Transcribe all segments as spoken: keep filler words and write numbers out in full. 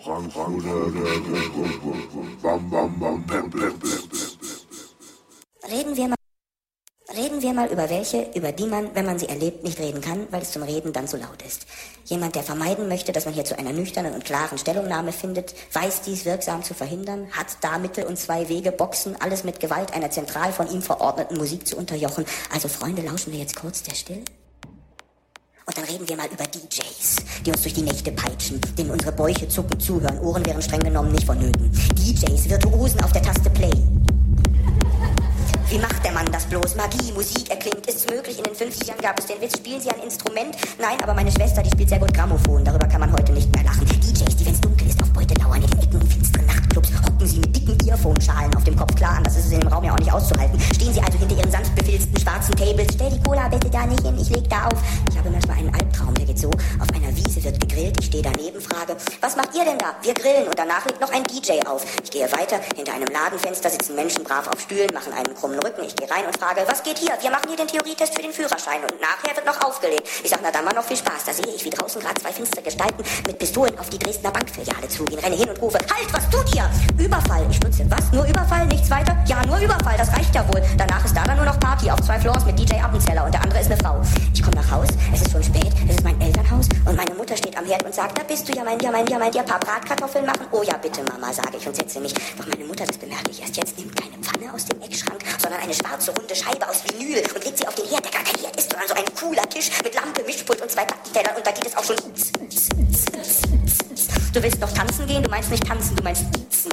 Reden wir mal. Reden wir mal über welche, über die man, wenn man sie erlebt, nicht reden kann, weil es zum Reden dann zu laut ist. Jemand, der vermeiden möchte, dass man hier zu einer nüchternen und klaren Stellungnahme findet, weiß dies wirksam zu verhindern, hat da Mittel und zwei Wege, Boxen, alles mit Gewalt einer zentral von ihm verordneten Musik zu unterjochen. Also Freunde, lauschen wir jetzt kurz der Stille? Und dann reden wir mal über D Js, die uns durch die Nächte peitschen, denen unsere Bäuche zucken, zuhören, Ohren wären streng genommen nicht vonnöten. D Js, Virtuosen auf der Taste Play. Wie macht der Mann das bloß? Magie, Musik erklingt. Ist's möglich? In den fünfzigern gab es den Witz. Spielen Sie ein Instrument? Nein, aber meine Schwester, die spielt sehr gut Grammophon. Darüber kann man heute nicht mehr lachen. D Js, die, wenn's dunkel ist, auf Beute lauern. In den Ecken in finsteren Nachtclubs hocken sie mit dicken Earphone-Schalen auf dem Kopf. Klar, anders ist es in dem Raum ja auch nicht auszuhalten. Stehen sie also hinter ihren sanft befilzten schwarzen Tables. Stell die Cola bitte da nicht hin, ich leg da auf. Ich habe manchmal einen Albtraum, der geht so. Auf einer Wiese wird gegrillt, ich stehe daneben, frage, was macht ihr denn da? Wir grillen und danach legt noch ein D J auf. Ich gehe weiter, hinter einem Ladenfenster sitzen Menschen brav auf Stühlen, machen einen krummen Rücken. Ich gehe rein und frage, was geht hier? Wir machen hier den Theorietest für den Führerschein und nachher wird noch aufgelegt. Ich sag, na dann mal noch viel Spaß. Da sehe ich, wie draußen gerade zwei finstere Gestalten mit Pistolen auf die Dresdner Bankfiliale zugehen. Renne hin und rufe, halt, was tut ihr? Überfall. Ich stutze, was? Nur Überfall? Nichts weiter? Ja, nur Überfall, das reicht ja wohl. Danach ist da dann nur noch Party auf zwei Floors mit D J Appenzeller und der andere ist eine Frau. Ich komme nach Haus, es ist schon spät, es ist mein Elternhaus und meine Mutter steht am Herd und sagt, da bist du ja mein, ja mein, ja mein, dir paar Bratkartoffeln machen? Oh ja, bitte Mama, sage ich und setze mich. Doch meine Mutter, das bemerke ich erst jetzt, nimmt keine Pfanne aus dem Eckschrank, sondern eine schwarze runde Scheibe aus Vinyl und legt sie auf den Herd, der gar kein Herd ist, sondern so ein cooler Tisch mit Lampe, Mischpult und zwei Backentellern und da geht es auch schon. Du willst noch tanzen gehen? Du meinst nicht tanzen, du meinst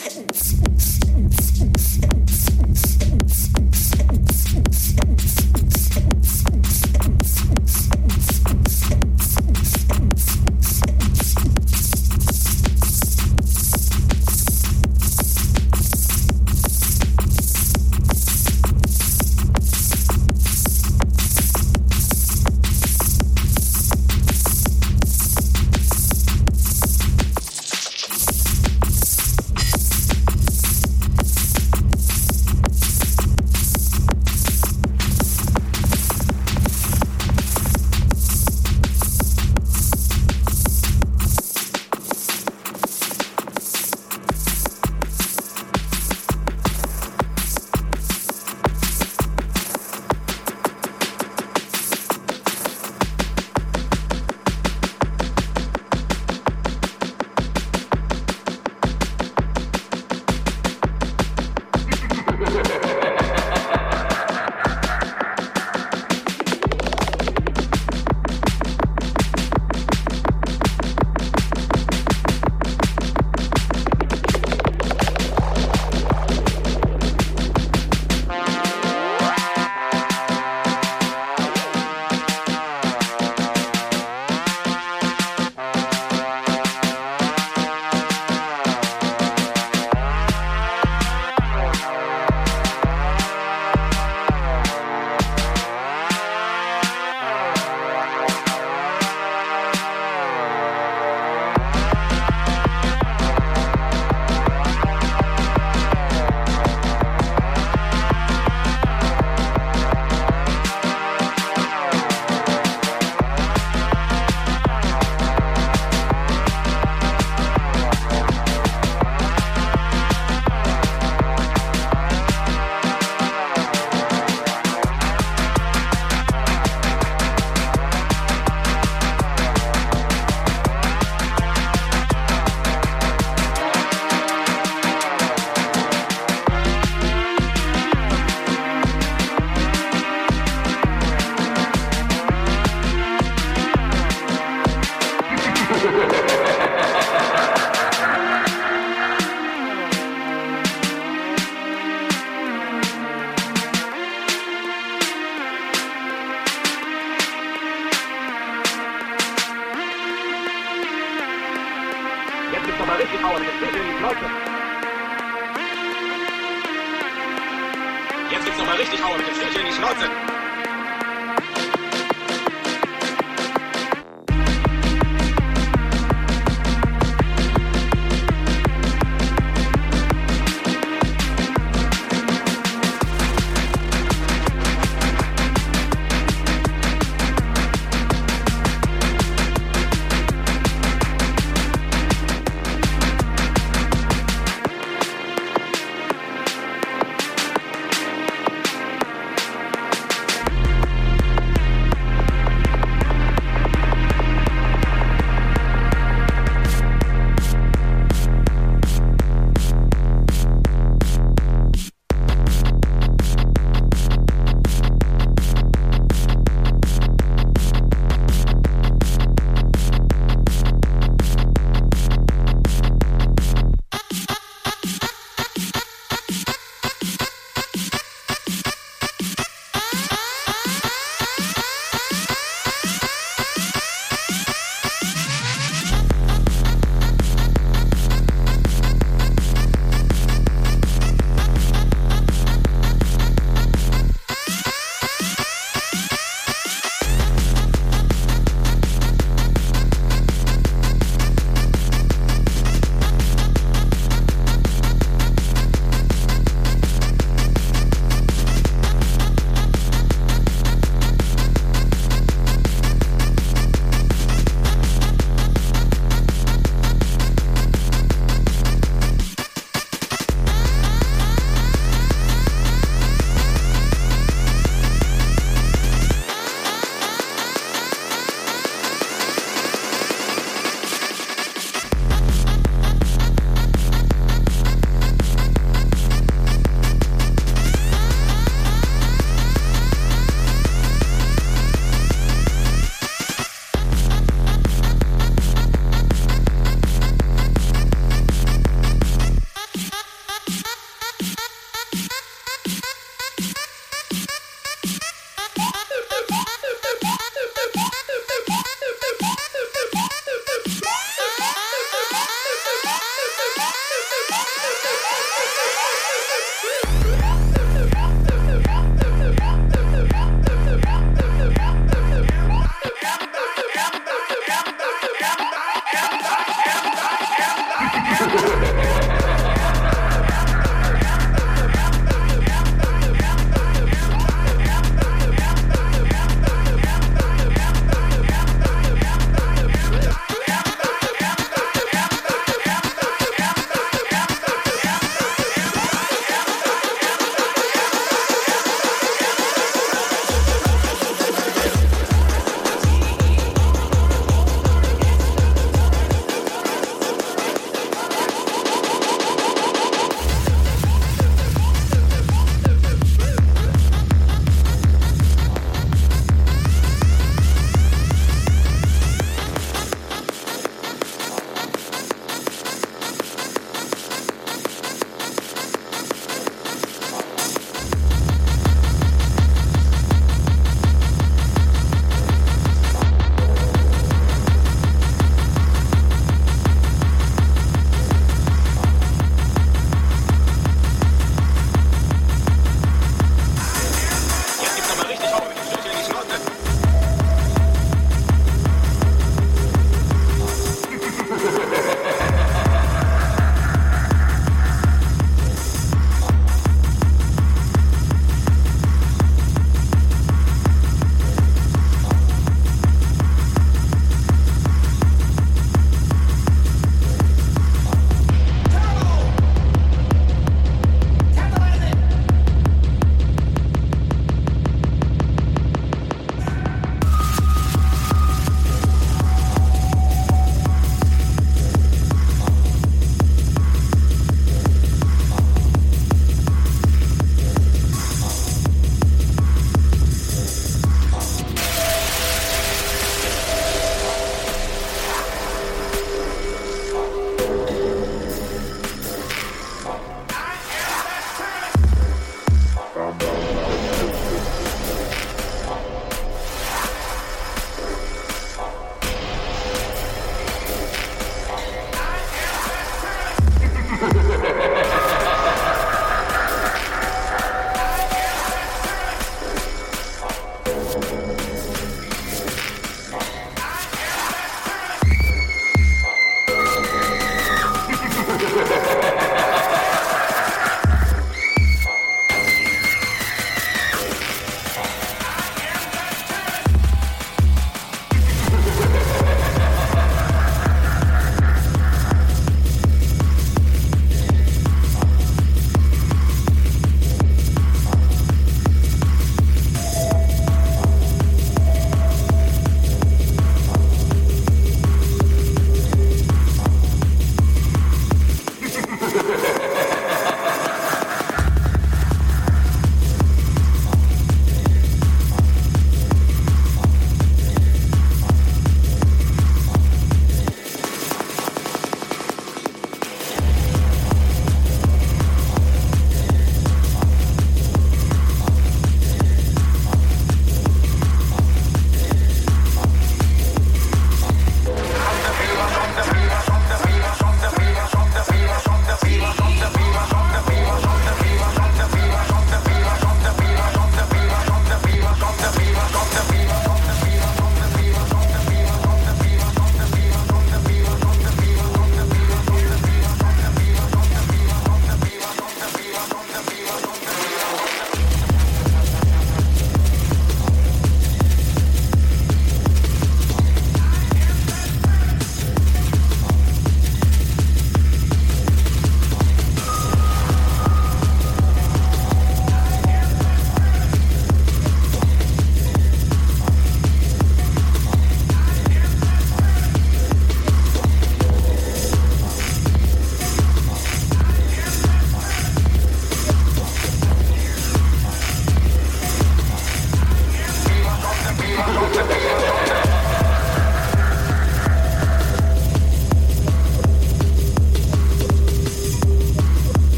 Jetzt gibt's noch mal richtig Aua mit dem Stückchen in die Schnauze.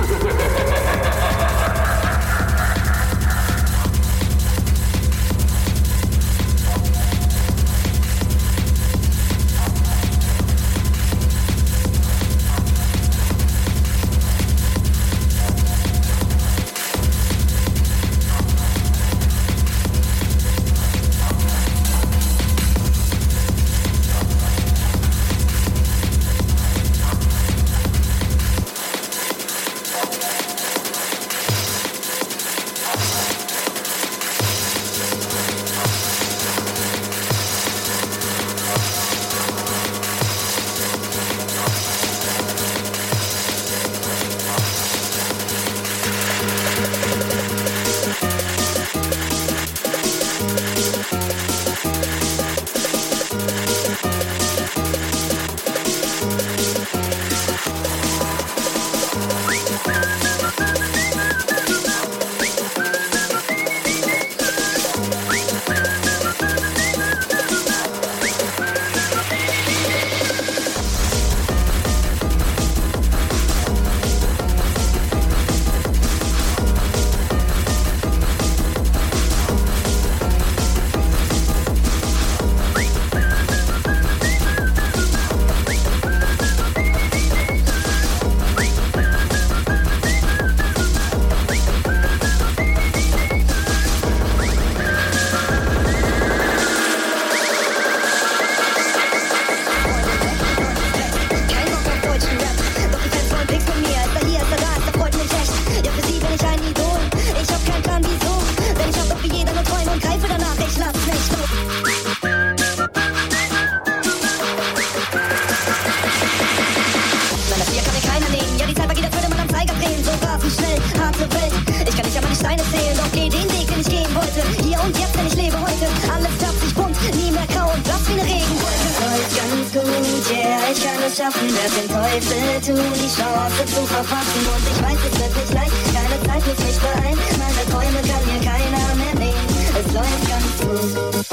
schaffen, wird den Teufel tun, die Chance zu verpassen. Und ich weiß, es wird nicht leicht, keine Zeit muss mich beeilen. Meine Träume kann mir keiner mehr nehmen, es läuft ganz gut.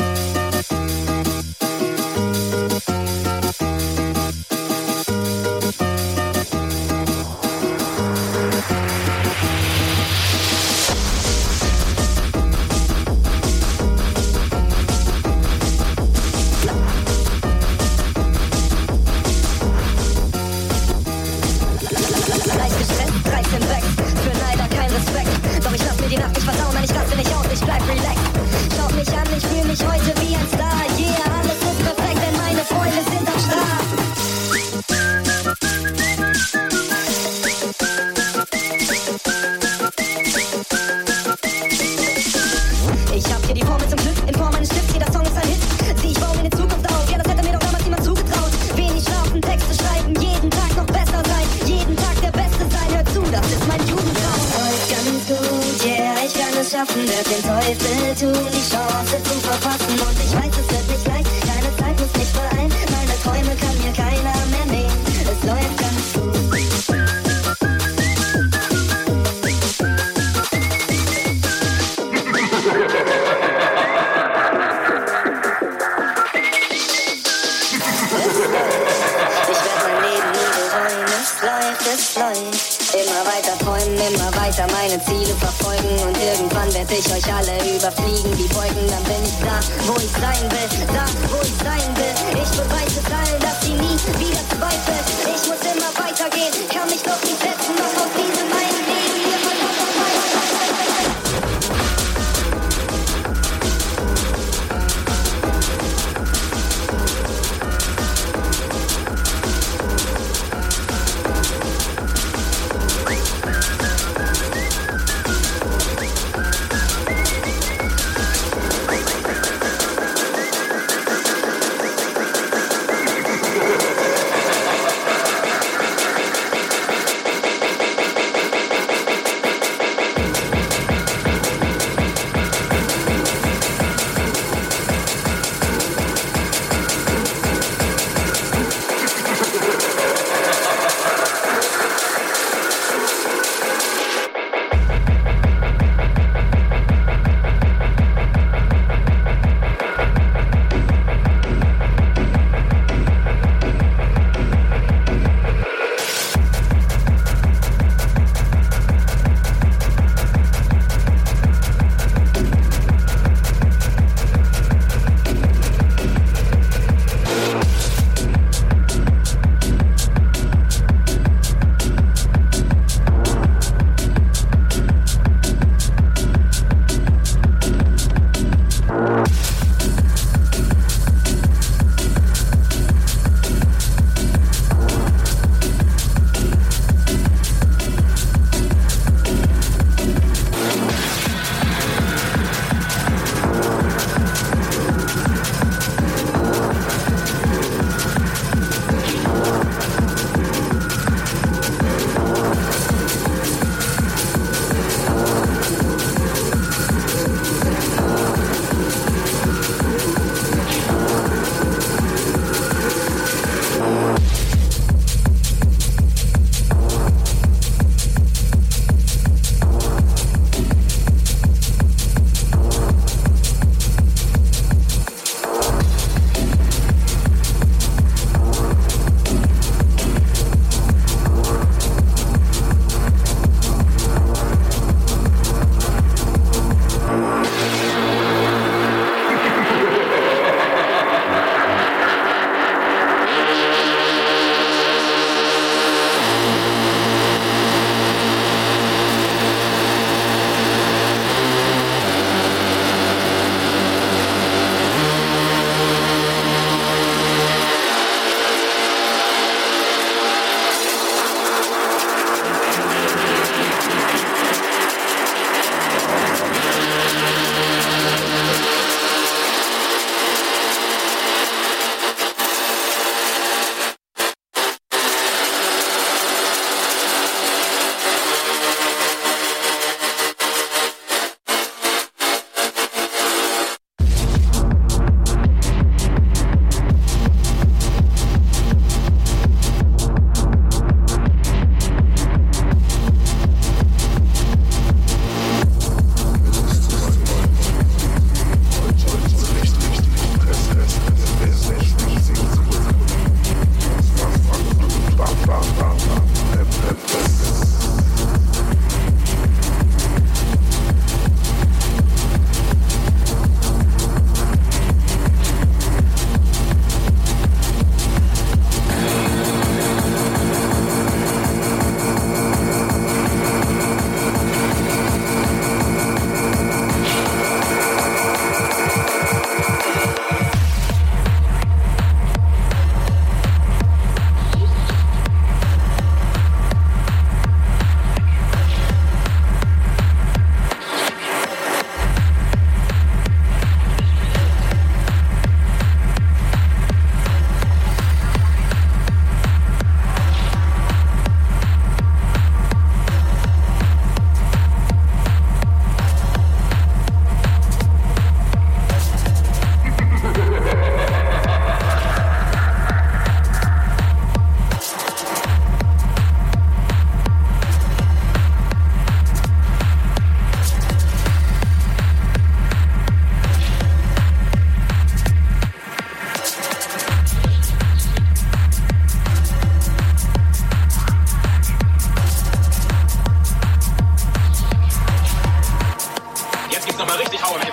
Wird den Teufel tun, die Chance zu verpassen. Und ich weiß, es wird nicht leicht, keine Zeit muss mich beeilen. Meine Träume kann mir keiner mehr nehmen, es läuft ganz gut. Ich werd mein Leben nie bereuen, es läuft, es läuft. Immer weiter träumen, immer weiter meine Ziele verfolgen. Und irgendwann werd ich euch alle überfliegen, die Wolken. Dann bin ich da, wo ich sein will, da, wo ich sein will. Ich beweise es allen, dass sie nie wieder zweifeln. Ich muss immer weitergehen, kann mich doch nicht setzen, noch auf diesem einen Leben hier von Gott auf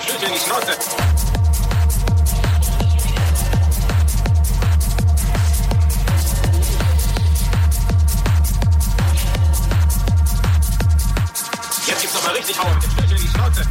Stündchen in die Schnauze. Jetzt gibt's noch mal richtig Hauen mit dem Stündchen in die Schnauze.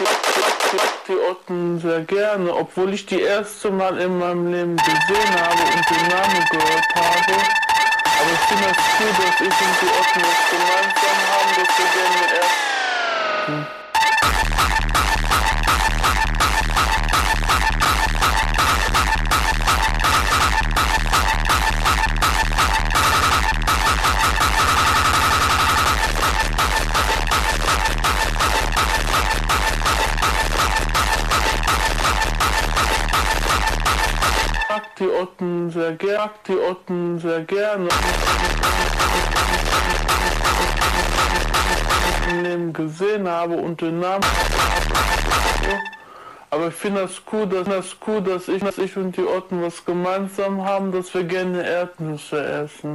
die Otten sehr gerne, obwohl ich die erste Mal in meinem Leben gesehen habe und den Namen gehört habe. Aber ich finde es cool, dass ich und die Otten was gemeinsam haben, dass wir gerne erst... Hm. Die Otten sehr gerne, die Otten sehr gerne im Leben gesehen habe und den Namen. Aber ich finde das cool, dass das cool, dass ich, dass ich und die Otten was gemeinsam haben, dass wir gerne Erdnüsse essen.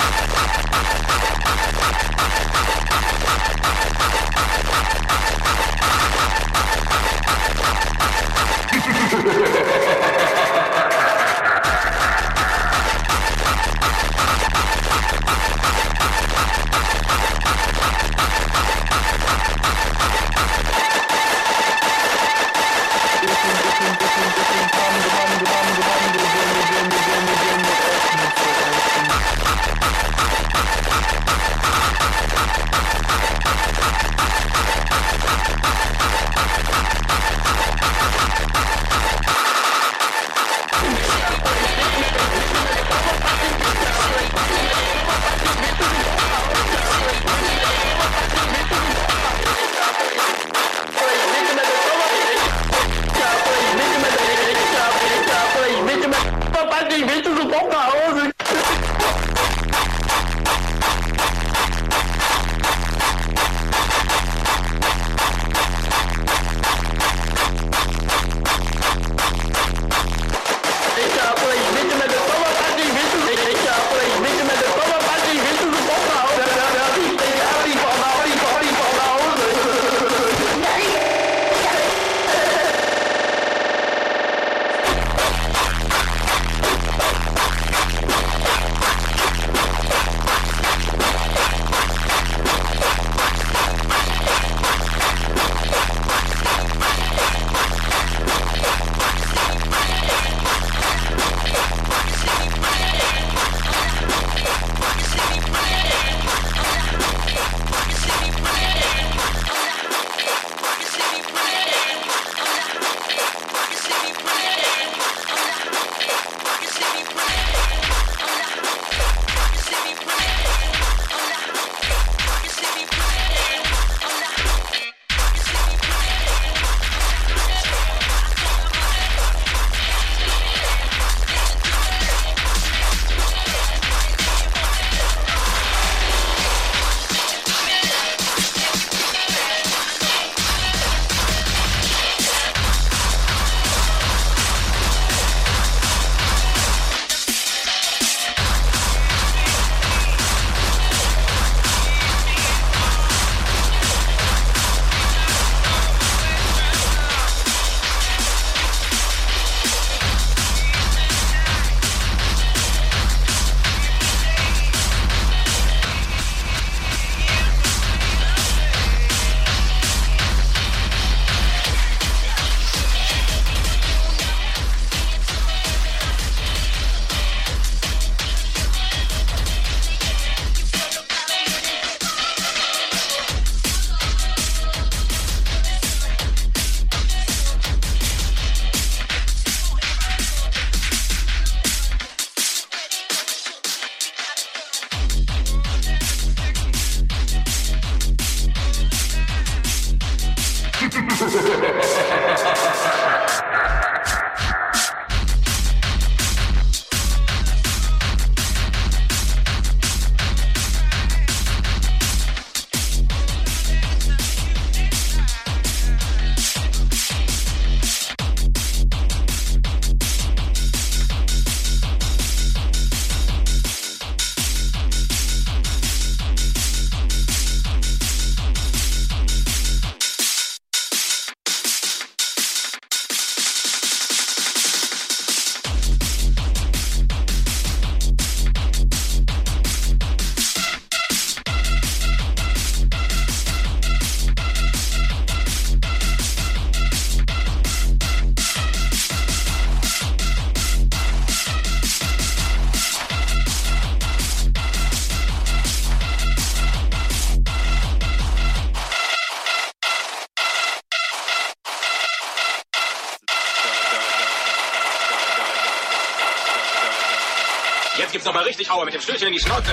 Jetzt gibt's noch mal richtig Aua mit dem Stühlchen in die Schnauze.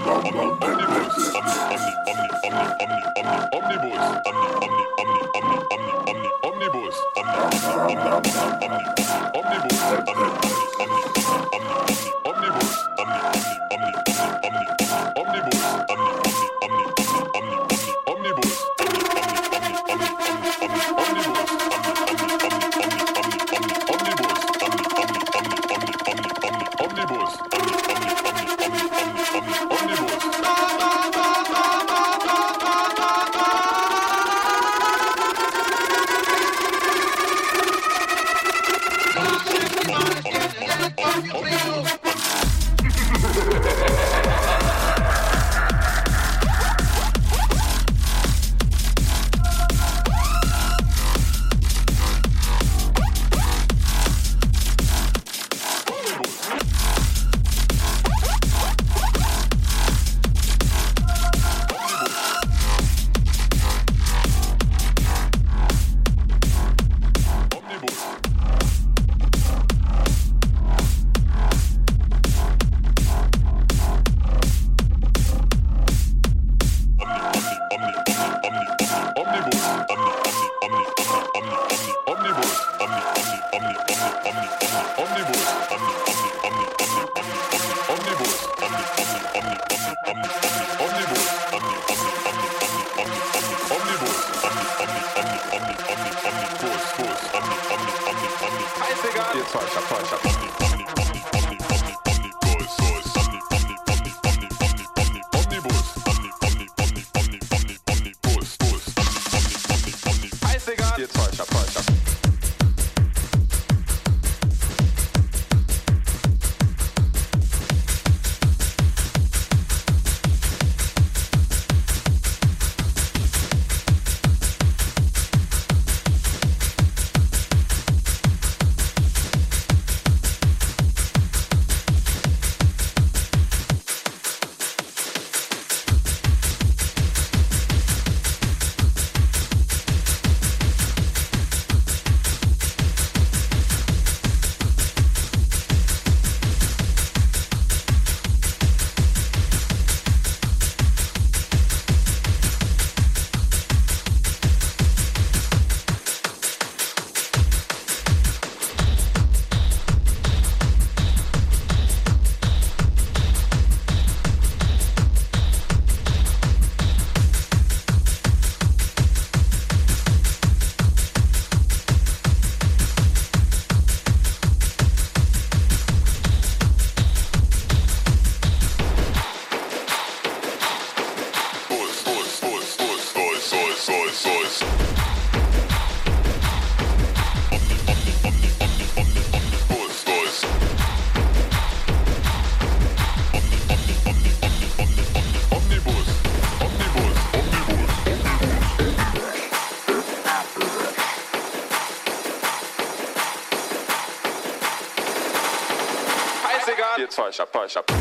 Jetzt fahr ich ab, fahr ich ab.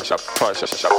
shop, toy shop, shop.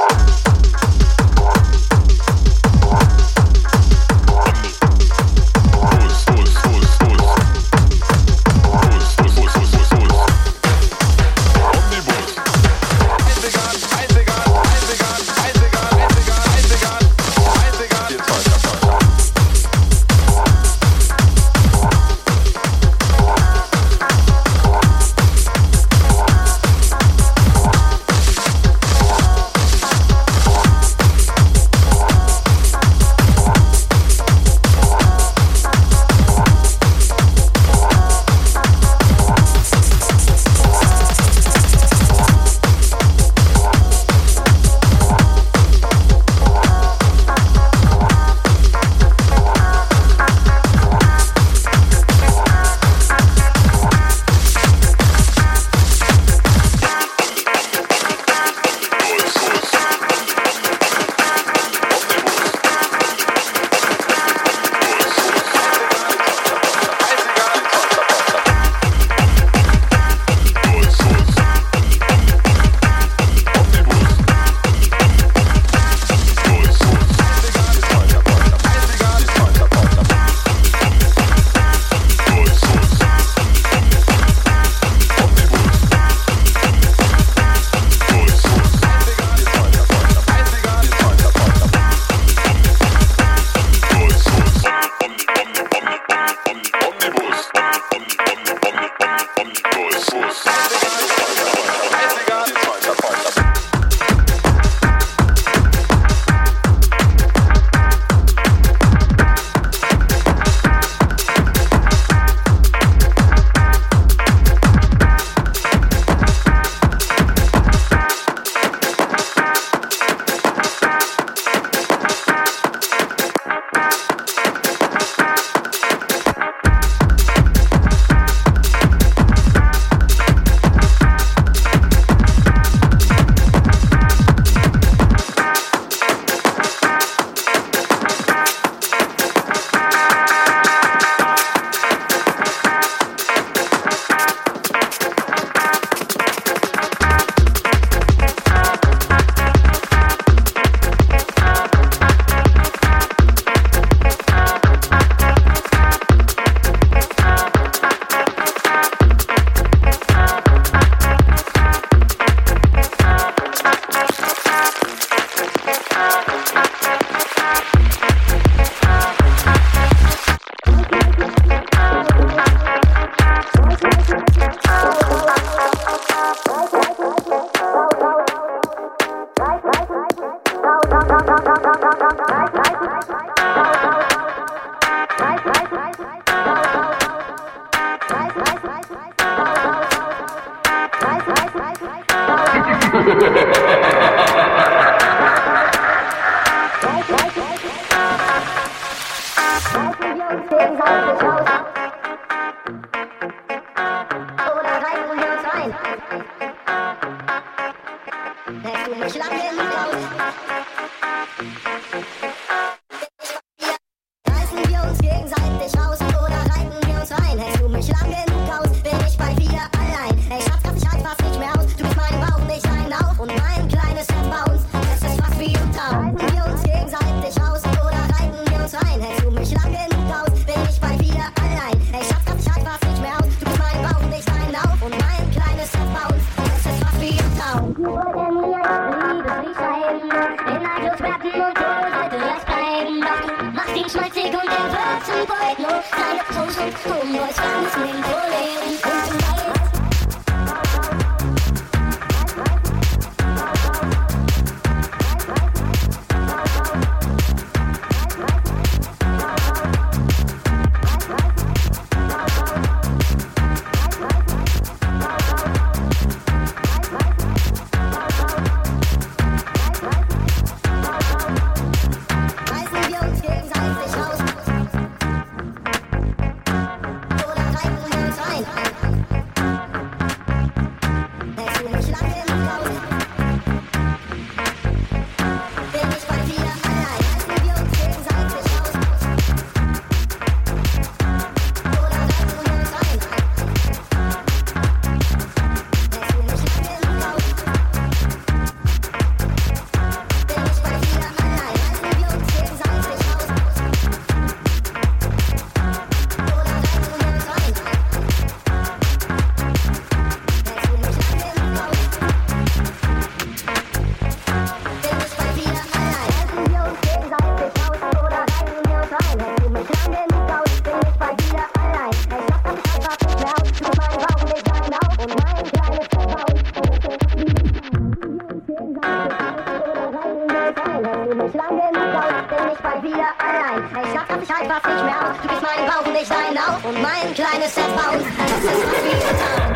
kleine Stepper und das ist, was wir getan.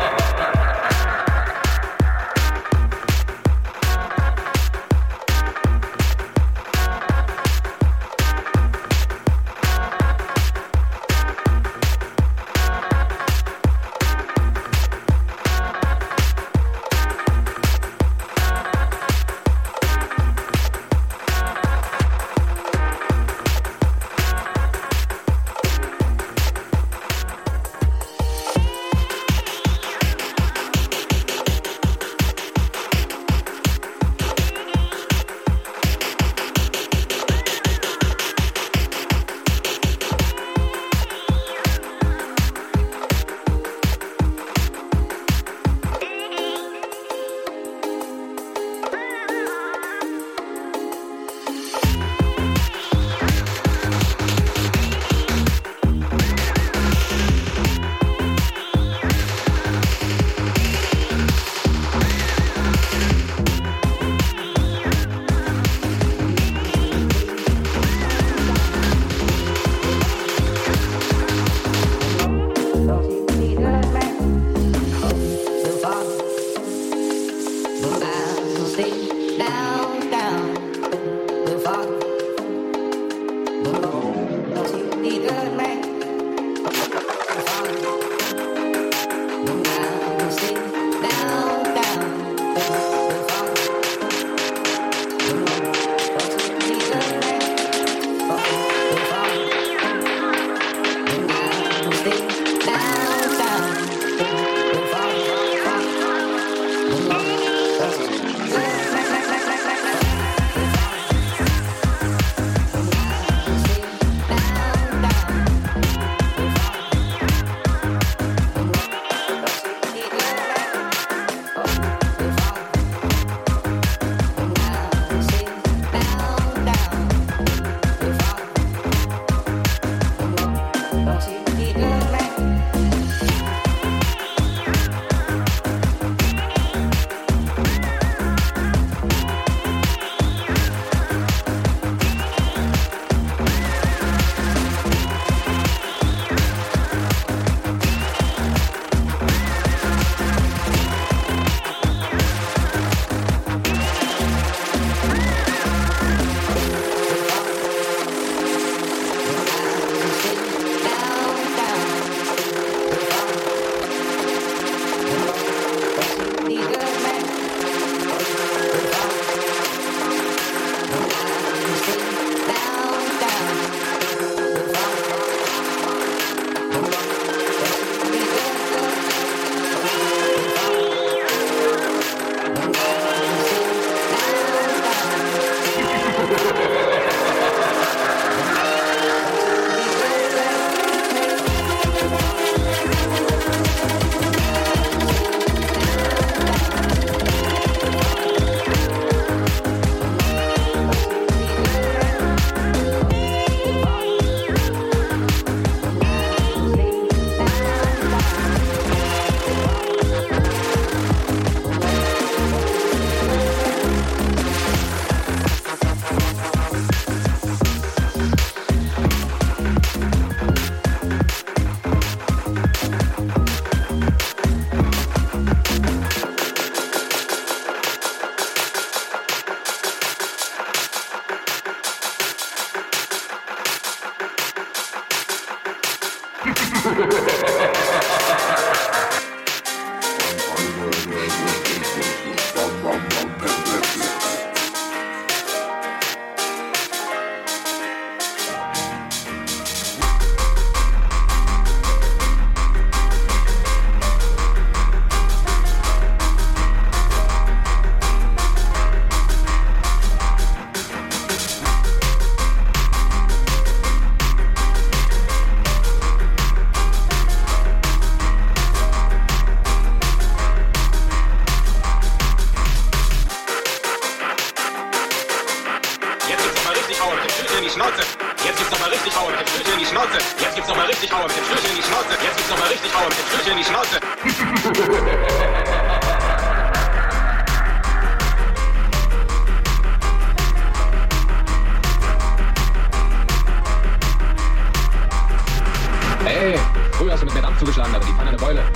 schon mit mehr Dampf zugeschlagen, aber die Pfanne eine Beule.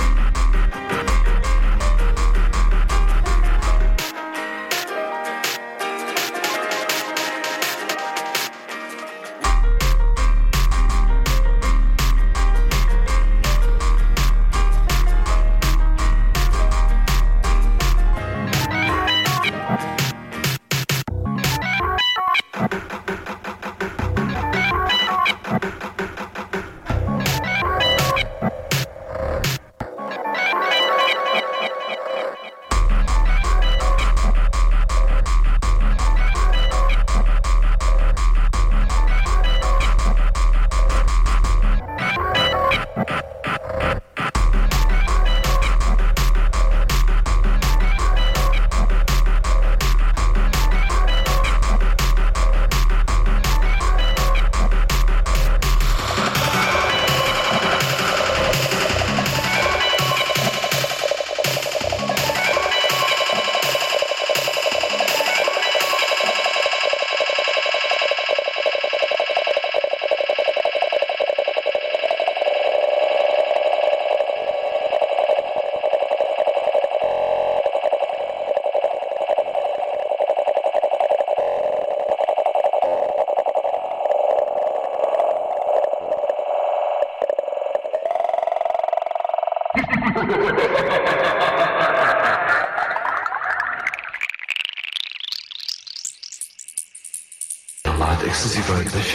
Normal Ecstasy weiblich.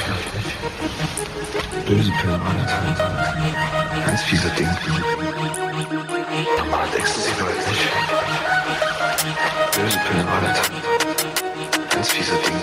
Böse Pillen, ganz fiese Ding. Normal Ecstasy weiblich. Böse Pillen, ganz fiese Ding.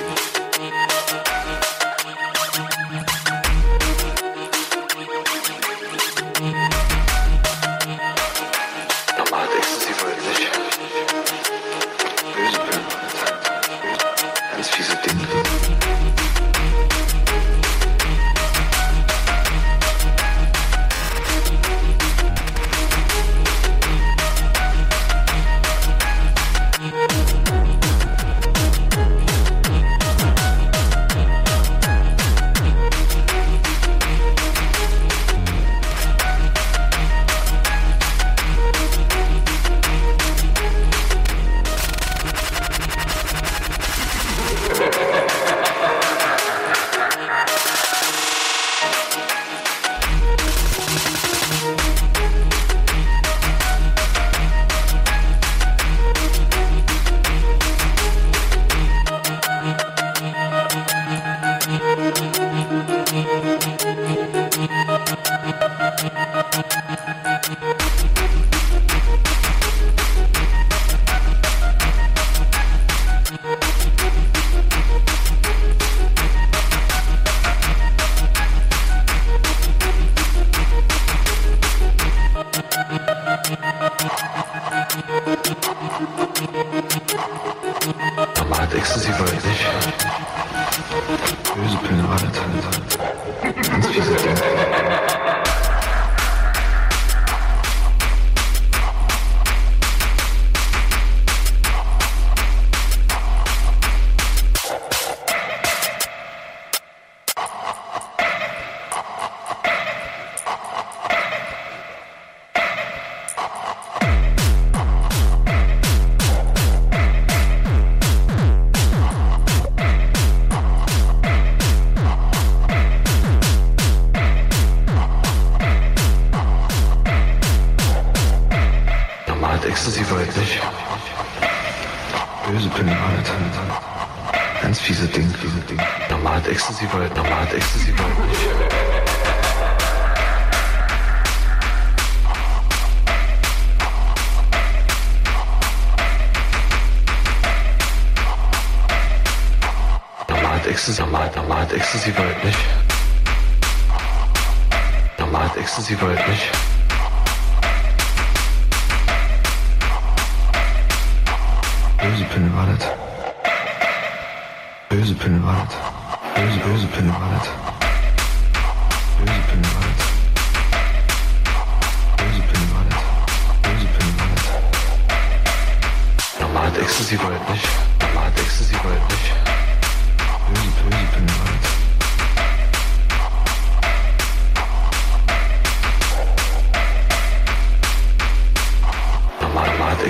Normal Ecstasy weiblich. Böse Pillen, ganz fiese Ding. Ecstasy weiblich. Böse Pillen, ganz fiese Ding, fiese Ding. Normal Ecstasy weiblich, normal Ecstasy weiblich. Ecstasy, normal, normal Ecstasy weiblich. Normal Ecstasy weiblich. Böse Pillen war das. Böse Pillen war das. Böse, böse Pillen war das. Böse Pillen war das. Böse Pillen war das. Böse Pillen war das. Normal Ecstasy weiblich. Normal Ecstasy weiblich. Böse, böse Pillen war das.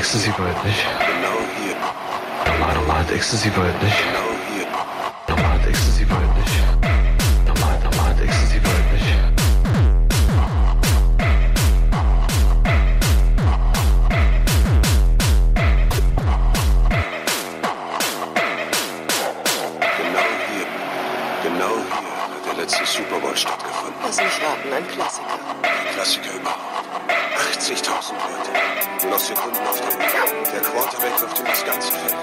Ecstasy bald nicht. Genau hier. Normal, normal Ecstasy bald nicht. Genau hier. Normal Ecstasy bald nicht. Normal, normal Ecstasy bald nicht. Super Bowl stattgefunden. Lass mich raten, ein Klassiker. Ein Klassiker überhaupt. achtzigtausend Leute. Nur noch Sekunden auf der Uhr. Der Quarterback läuft über das ganze Feld.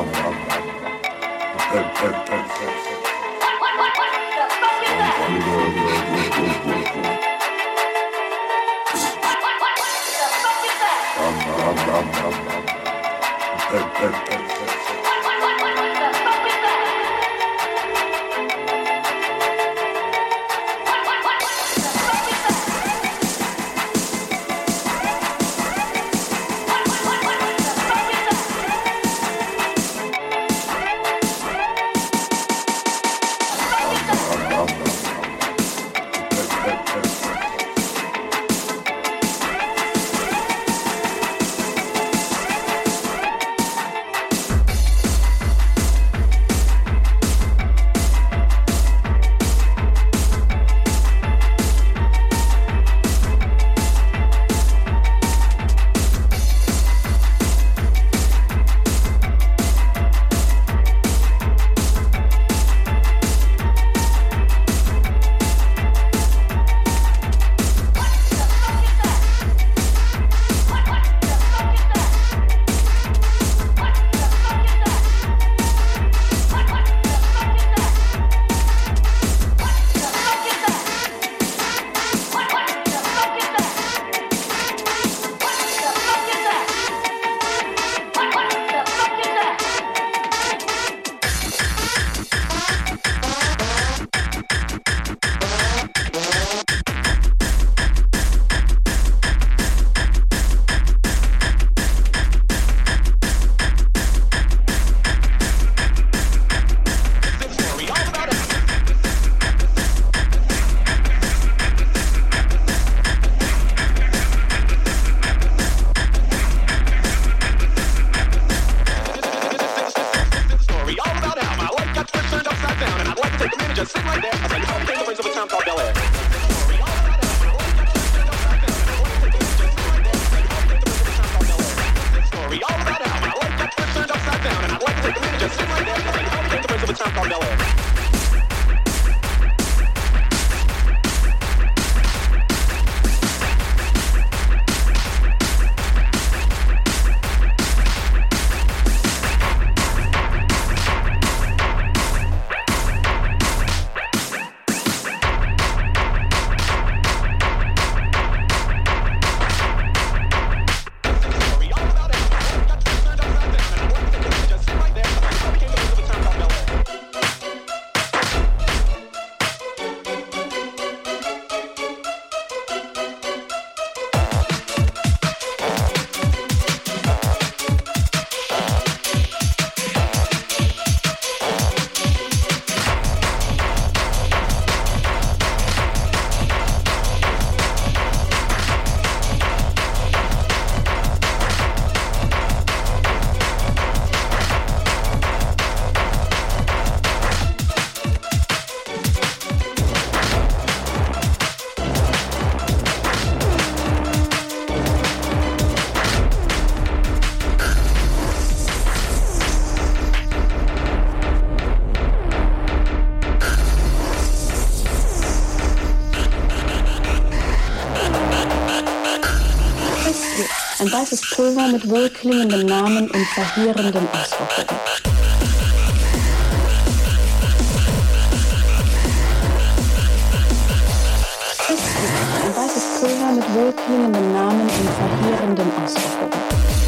Ein weißes Pulver mit wohlklingendem Namen und verheerenden Auswirkungen. Ein weißes Pulver mit wohlklingendem Namen und verheerenden Auswirkungen.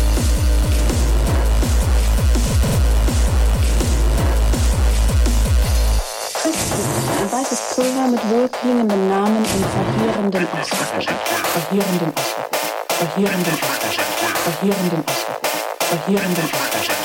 Ein weißes Pulver mit wohlklingendem Namen und verheerenden Auswirkungen. Verheerenden Auswirkungen. Verheerenden Auswirkungen. Verheerenden Auswirkungen. Verheerenden Auswirkungen.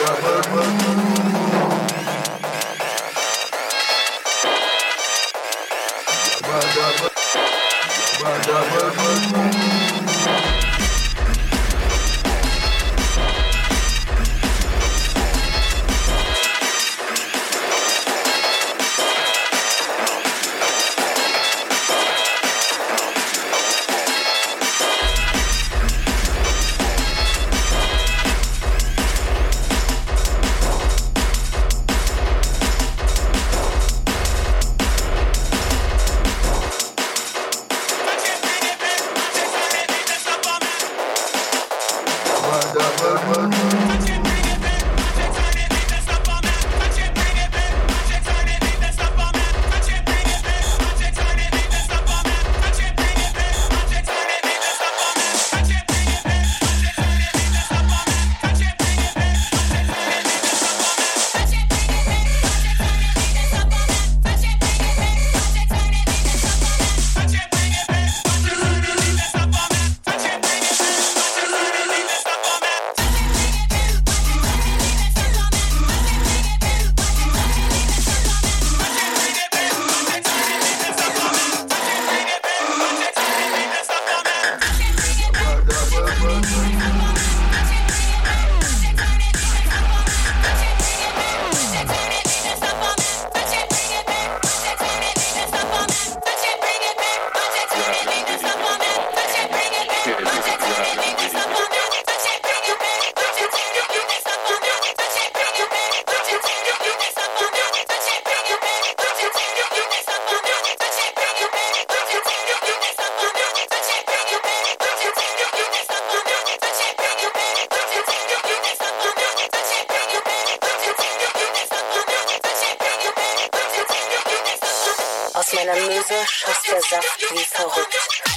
Aus meiner Möse schoss der Saft wie verrückt.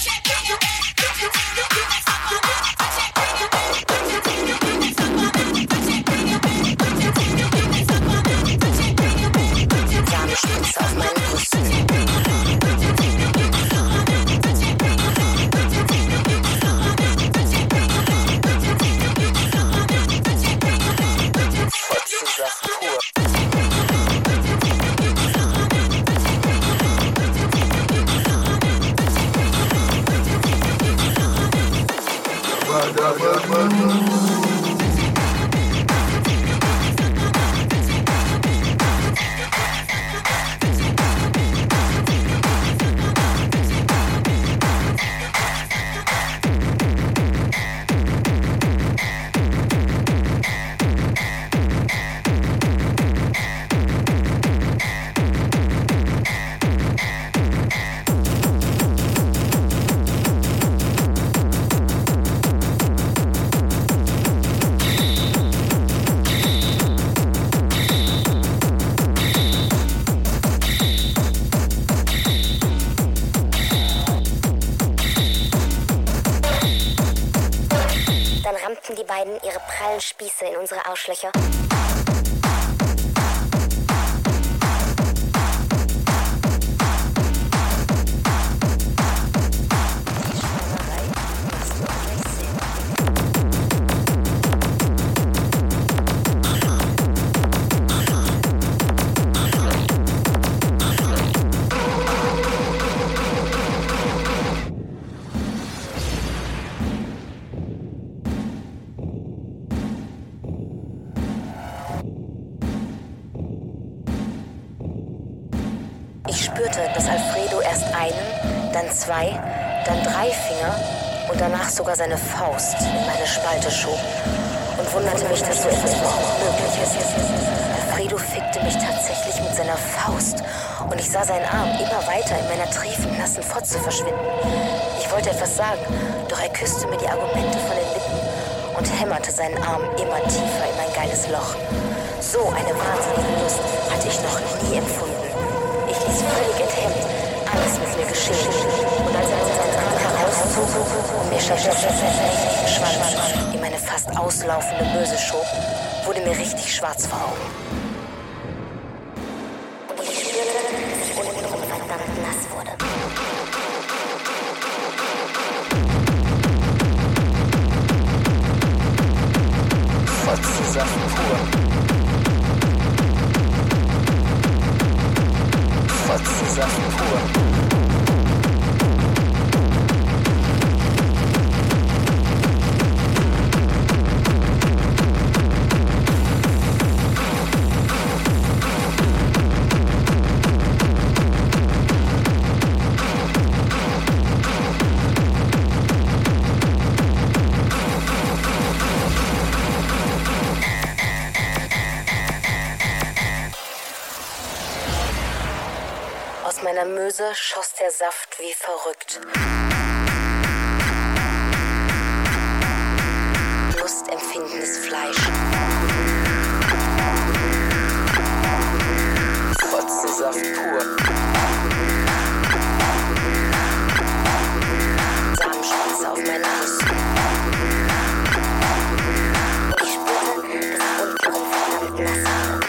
Samenspitze auf meinen Brüsten. Fotzensaft pur. Die beiden ihre prallen Spieße in unsere Arschlöcher. Ich spürte, dass Alfredo erst einen, dann zwei, dann drei Finger und danach sogar seine Faust in meine Spalte schob und wunderte mich, dass so etwas überhaupt möglich ist. Alfredo fickte mich tatsächlich mit seiner Faust und ich sah seinen Arm immer weiter in meiner triefend nassen Fotze verschwinden. Ich wollte etwas sagen, doch er küsste mir die Argumente von den Lippen und hämmerte seinen Arm immer tiefer in mein geiles Loch. So eine wahnsinnige Lust hatte ich noch nie empfunden. Ich ließ völlig enthemmt alles mit mir geschehen. Und als er seinen Arm herauszog und mir stattdessen seinen mächtigen Schwanz in meine fast auslaufende Möse schob, wurde mir richtig schwarz vor Augen. Und ich spürte, dass ich untenrum verdammt nass wurde. Fotzensaft pur. Fotzensaft pur. Aus meiner Möse schoss der Saft wie verrückt. Lustempfindendes Fleisch. Fotzensaft pur. Samenspitze auf meiner Brust. Und ich spürte, dass untenrum verdammt nass war.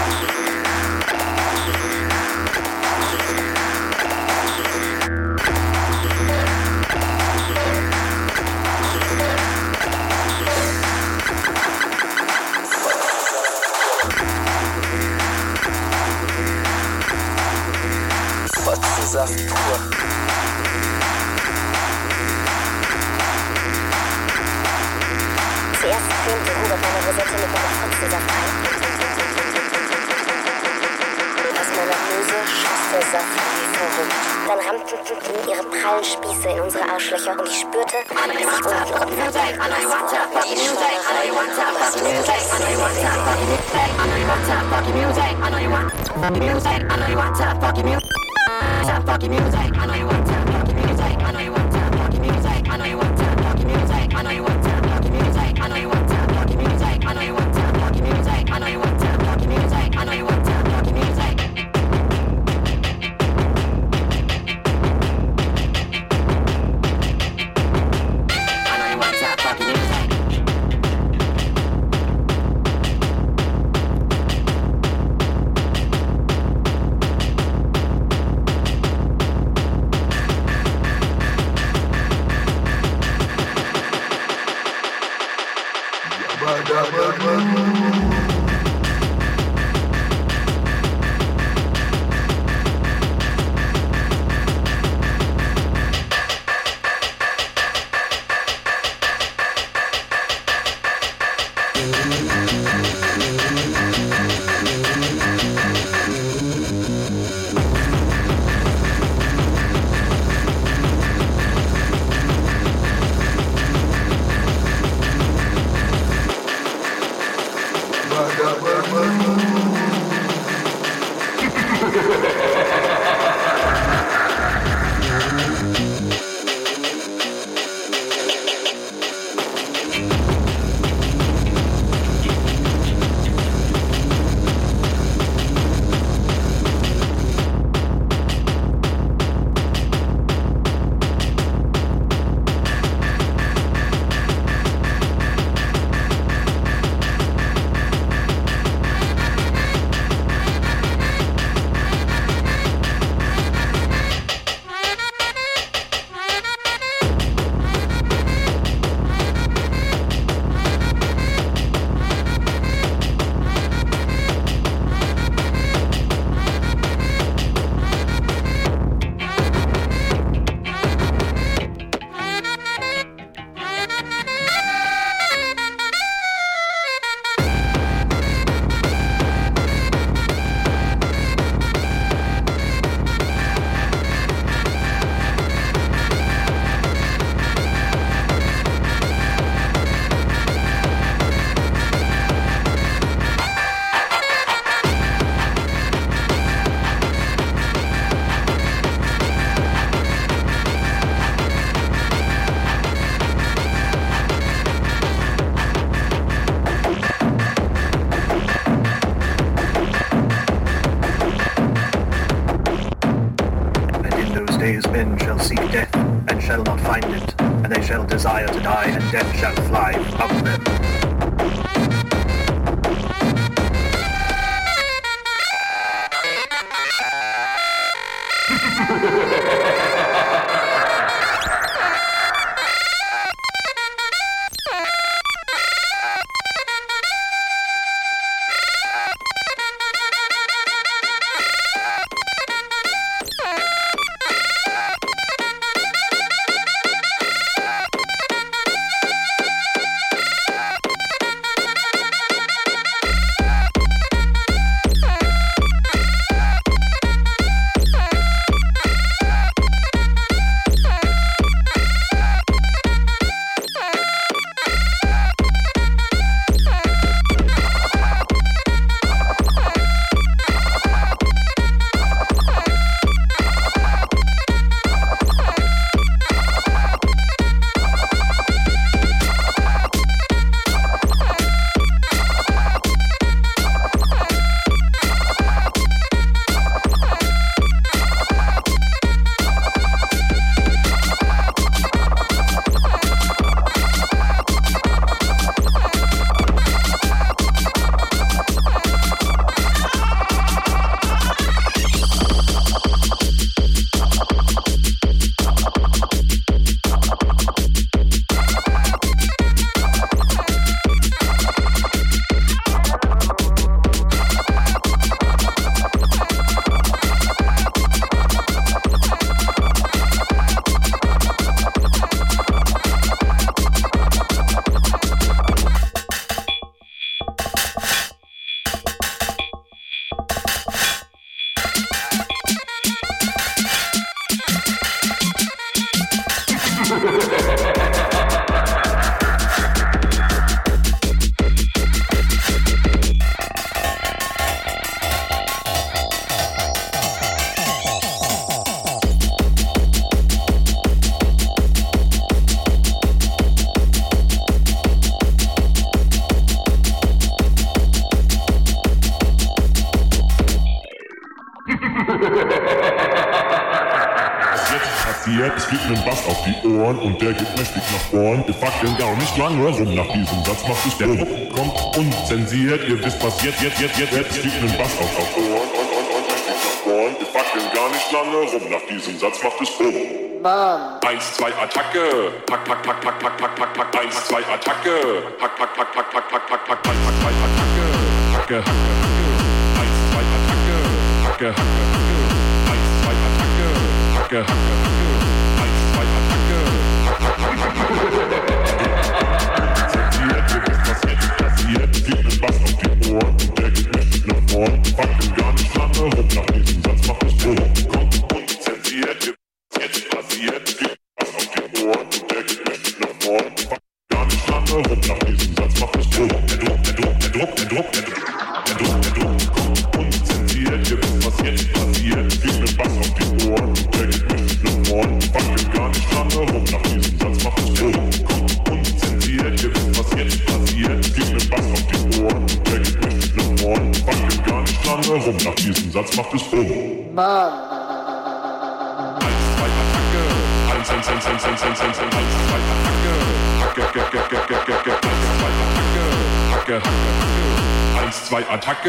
Fotzensaft pur. Zuerst cremte Hubert meine Rosette mit meinem Fotzensaft ein. Aus meiner Bluse schoss der Saft wie verrückt. Dann rammten ihre prallen Spieße in unsere Arschlöcher und ich spürte, dass ich untenrum verdammt nass war. Die Schweinerei machte mir gleich Fucking music, I know you want to fucking music, I know you want to fucking music, I know you want to fucking music, I know you want to fucking music, I know you want to fucking music, I know you want to fucking music, I know you want to fucking music, I know you want to fucking music. I know you want to fucking music. Men shall seek death, and shall not find it, and they shall desire to die, and death shall fly from them. zensiert, es fliegt nen Bass auf die Ohren und der geht mächtig nach vorn. Ihr fackeln gar nicht lange rum, nach diesem Satz macht es der Druck. Kommt unzensiert, ihr wisst was jetzt, jetzt, jetzt, jetzt, jetzt fliegt nen Bass auf die Ohren und, und, und mächtig nach vorn. Ihr fackeln gar nicht lange rum, nach diesem Satz macht es Bumm. Eins, zwei, Attacke. Pack, pack, pack, pack, pack, pack, pack, pack. Eins, zwei, Attacke. Pack, pack, pack, pack, pack, pack, pack, pack, pack, pack, zwei, Attacke. Hacke, Hacke, Hacke. Eins, zwei, Attacke. Hacke, Hacke, Hacke. Eins, zwei, Attacke. Hacke, Hacke, Hacke. Eins, zwei, Attacke. Zensiert, ihr wisst, was jetzt passiert. Fliegt nen Bass auf die Ohren und der geht mächtig nach vorn. Fackeln gar nicht lange rum, nach diesem Satz macht es Bumm. Kommt unzensiert, ihr jetzt passiert, fliegt was auf die Ohren und der geht mächtig nach vorn. Gar nicht lange rum, nach diesem Satz macht es Druck. Der Druck, der Druck, der Druck, der Druck, der Druck, der Druck, der Druck kommt unzensiert, ihr wisst, was jetzt passiert, fliegt mit Bass auf die Ohren und der geht mächtig nach vorn. Fackeln gar nicht lange rum, nach diesem Satz macht es Druck. Kommt unzensiert, ihr wisst, was jetzt passiert, fliegt mit Bass auf die Ohren und der geht mächtig nach vorn. Fackeln gar nicht lange rum, nach diesem Satz macht es Bumm. Eins, zwei, Attacke.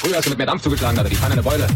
Früher hast du mit mehr Dampf zugeschlagen, also die Pfanne eine Beule.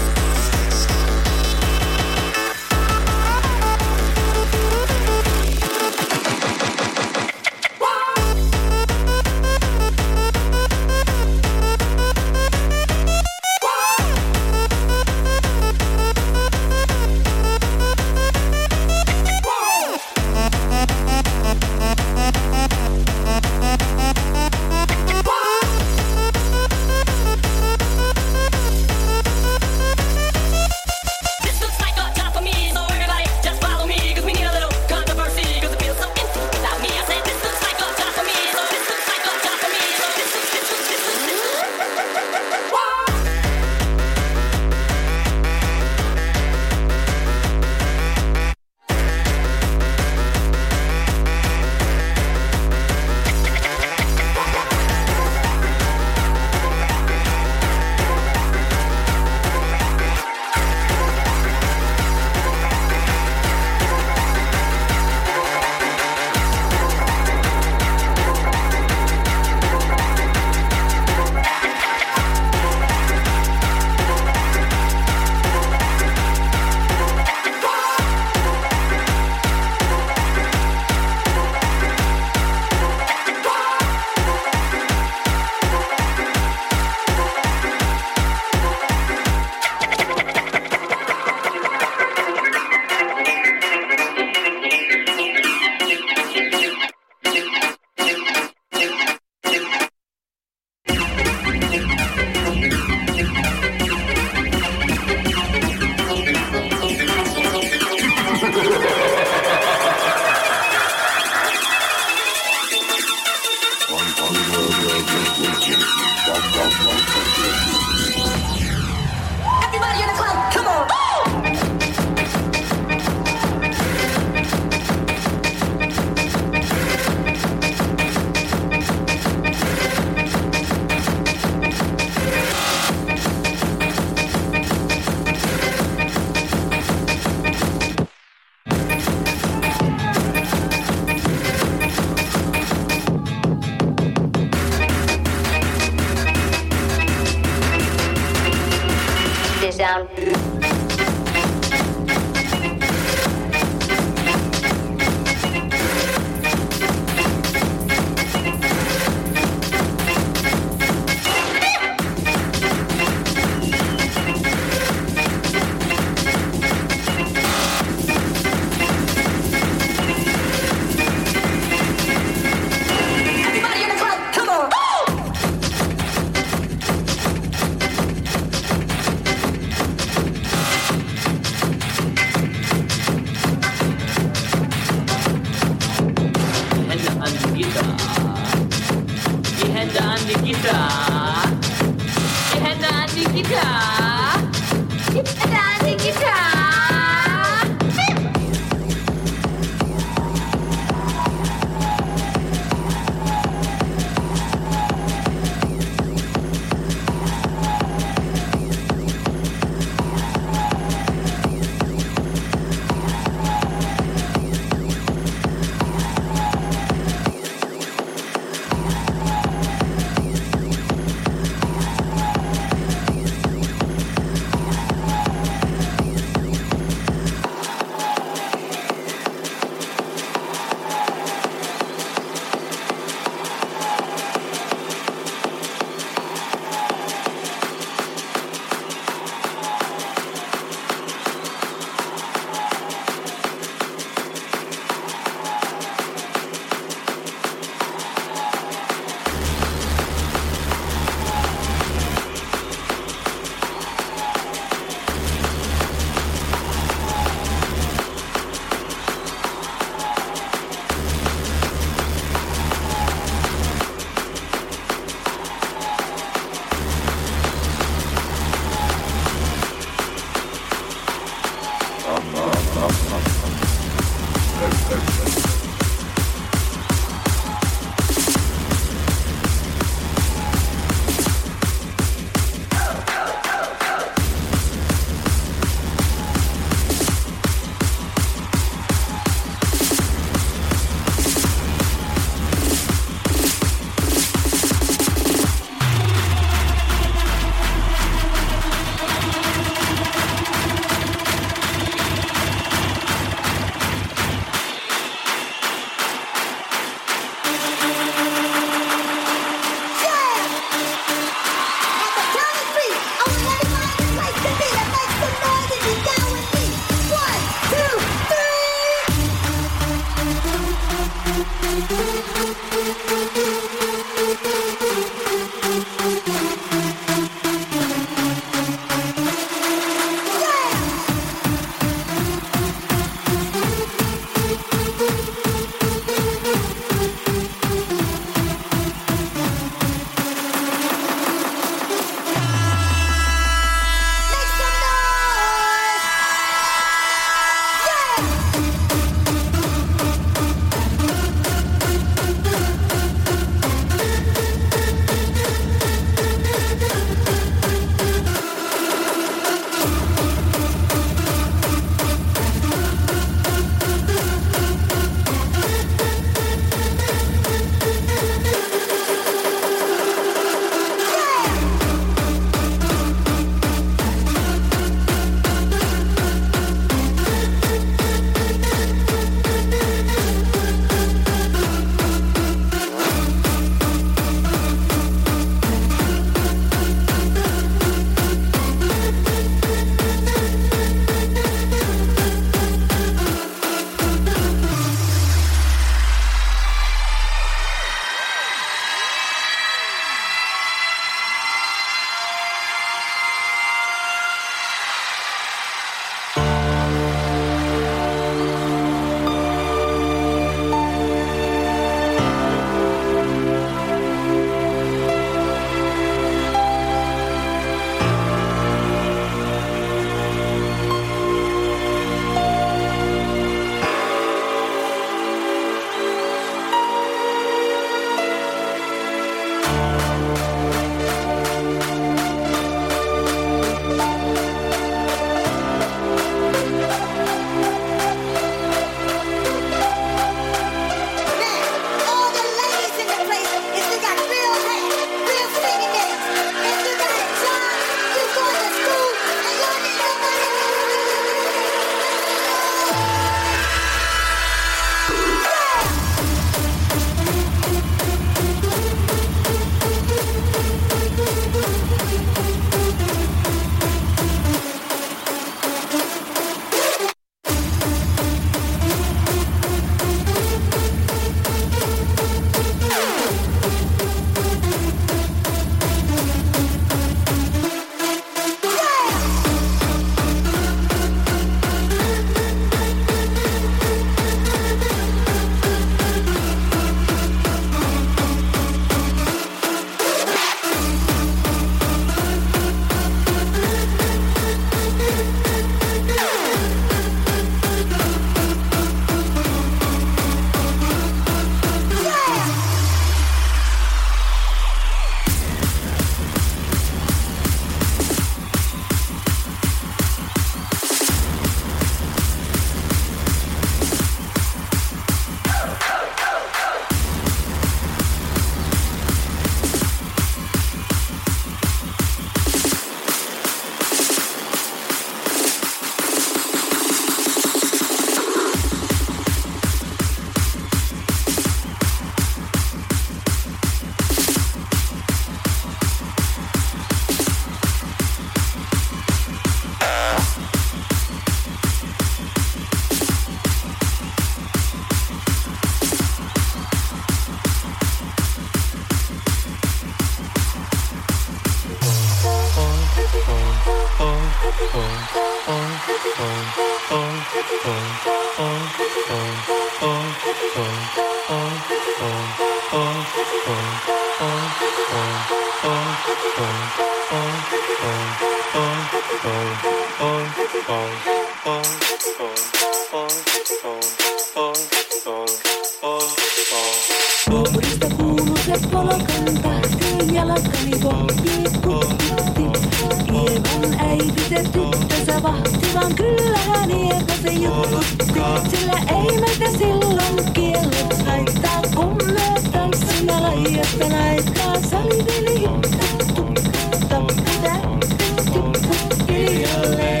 Nuorista kuuluu se polokan tahti, jalkani pohjii kuttitti. Ievan äiti se tyttönsä vahti, vaan kyllähän Ieva se juttutti. Sillä ei meitä silloin kiellot haittaa, kun me tanssimme lajiasta aikaa. Saliveli hittuttu, tappita, tippu hiljalleen.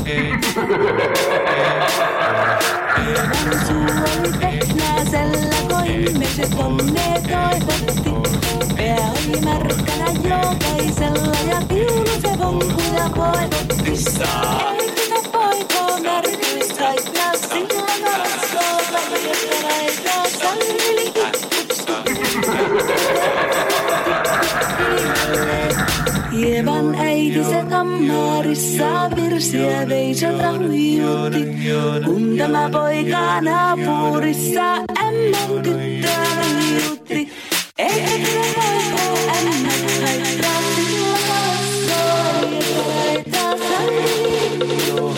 Ievan suu oli tehnäisellä, koimme se ponne toivotti. Pää oli märkänä jokaisella ja viulu se vonkuja voivotti. Ei sitä poikoo märkyis haittaa, sillä kalassoo lajiasta aikaa. Saliveli hittuttu, Ievan äiti se kammarissa virsiä veisata huijutti. Kun tämä poika naapurissa ämmän tyttöä huijutti. Ei etkä poikoo ämmän haittaa, sillä kalassoo lajiasta aikaa. Saliveli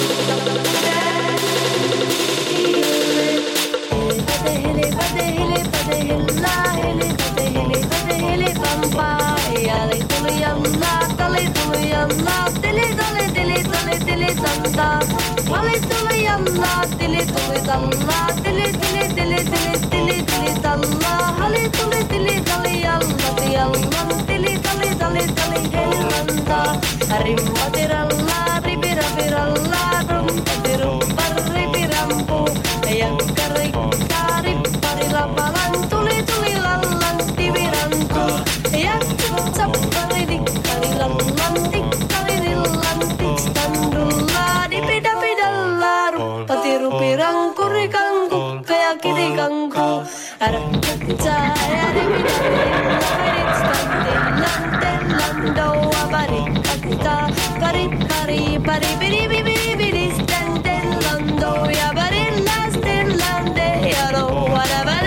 Vali tuli jallaa, tili tuli tallaa, tili tili tili tili tili tili tallaa. Hali tuli tili tali jalla, jallan, tili tali tali tali hellantaa. Rimmatirallaa, ripirapirallaa, rumpatirumppar, ripirampu. Jakkarikkaa, ripparilapalan, tuli tuli lallan, tivirantuu. Jakkarut sappari, dikkari lallan, dikkari rillan, tikstandullaa, dipidapidallaa, ruppatirupiranku, rikanku, ja kirikanku. Ärkkätsää ja ripidapidallaa, ritstantillan, tellan, doua, parikkattaa, parikkari, paripiripipiripiristen, tellan, douja, parillas, tellan, ja doua,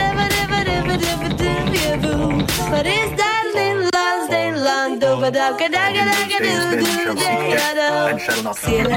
What is that little last day long? Do ba da ga da ga da ga do do day da. And shall not Siellä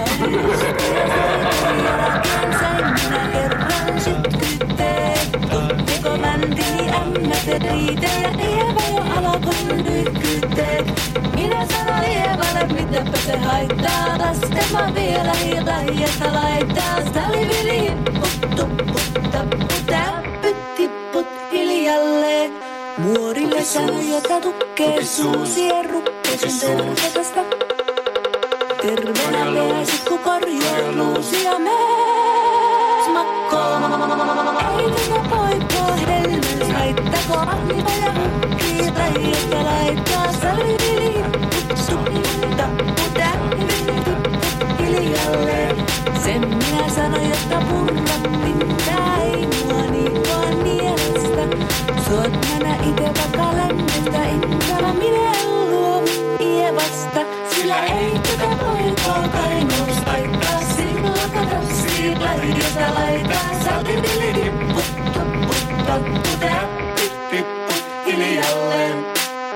kerran sytkytteet. Tuttiko mäntini ämmät ja riite ja Ieva jo alkoi nykytteet. Minä sanoin Ievalle, mitäpä se haittaa. Laskemaan vielä hietahiesta laittaa. Salivili hipput, tupput, tapput, täppyt, tipput hiljalleen. Muorille sanoi, jota tukkee suusi ja rukkesin tervetästä. Terveenä pääsit, kun korjaa luusia mees makkoon. Ei tätä poikoo hedelmys haittako ahmipa ja hukkii lajiasta laittaa. Salivili hipput, tupput, tapput, täppyt, tipput hiljalleen. Sen minä sanoin, jotta purrattin tää ei mua niin vaan nielestä. Soot mänä ite vaikka lännestä intana minä luovu Ievasta. Sillä ei tätä poikoo kainuus paikkaa. Silloin katassi laidasta laitaa. Salivili tipput, tupput, tapput, täppyt, tipput hiljalleen.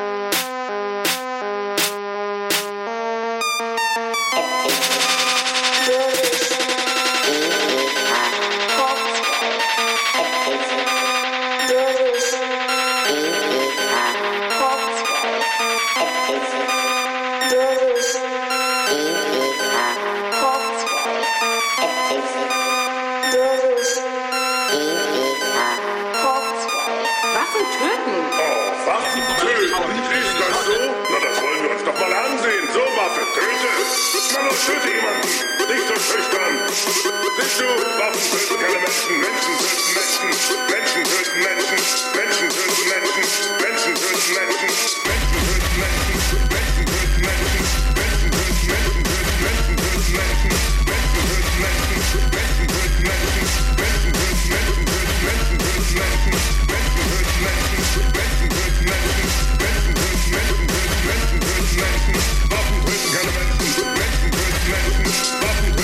Töte jemanden, nicht so schüchtern. Siehst du, Waffen töten keine Menschen, Menschen töten Menschen, Menschen töten Menschen, Menschen töten Menschen, Menschen töten Menschen, Menschen töten Menschen, Menschen töten Menschen, Menschen töten Menschen, Menschen töten Menschen, Menschen töten Menschen, Menschen töten Menschen, Menschen töten Menschen, Menschen töten Menschen, Menschen töten Menschen, Menschen töten Menschen, Menschen töten Menschen, Menschen töten Menschen, Waffen töten keine Menschen, Menschen töten Menschen, Waffen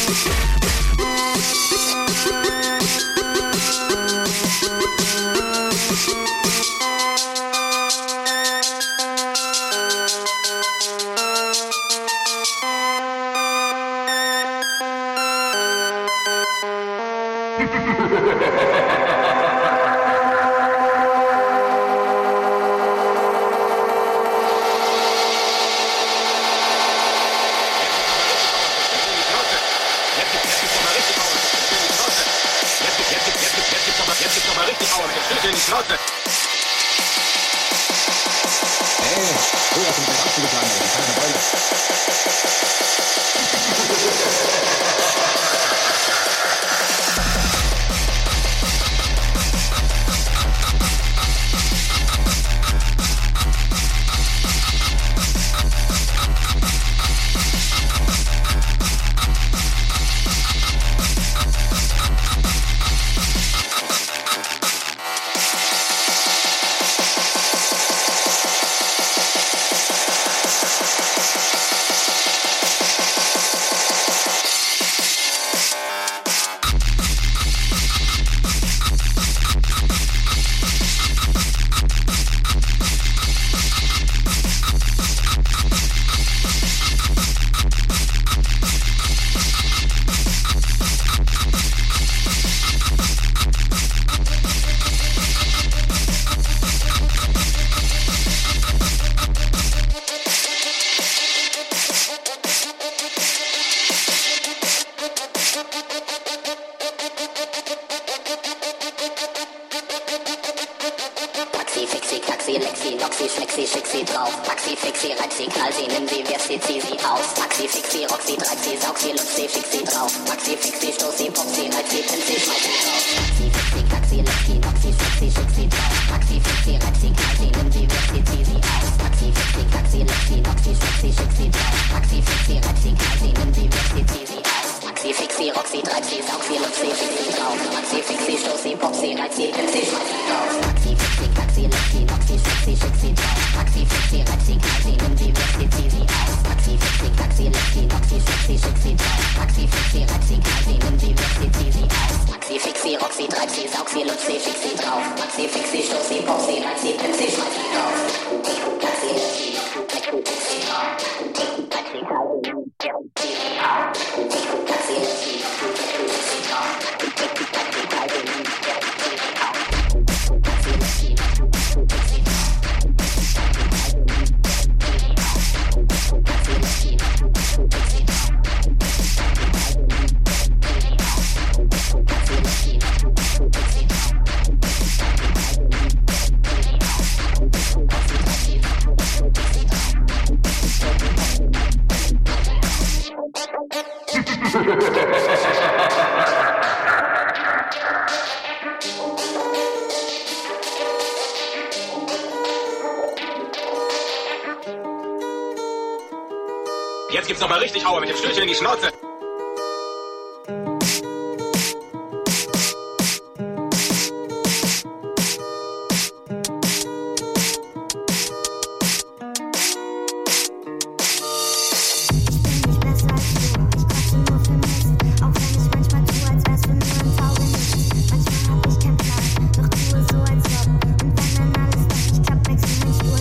Jetzt gibt's noch mal richtig Aua mit dem Stückchen in die Schnauze.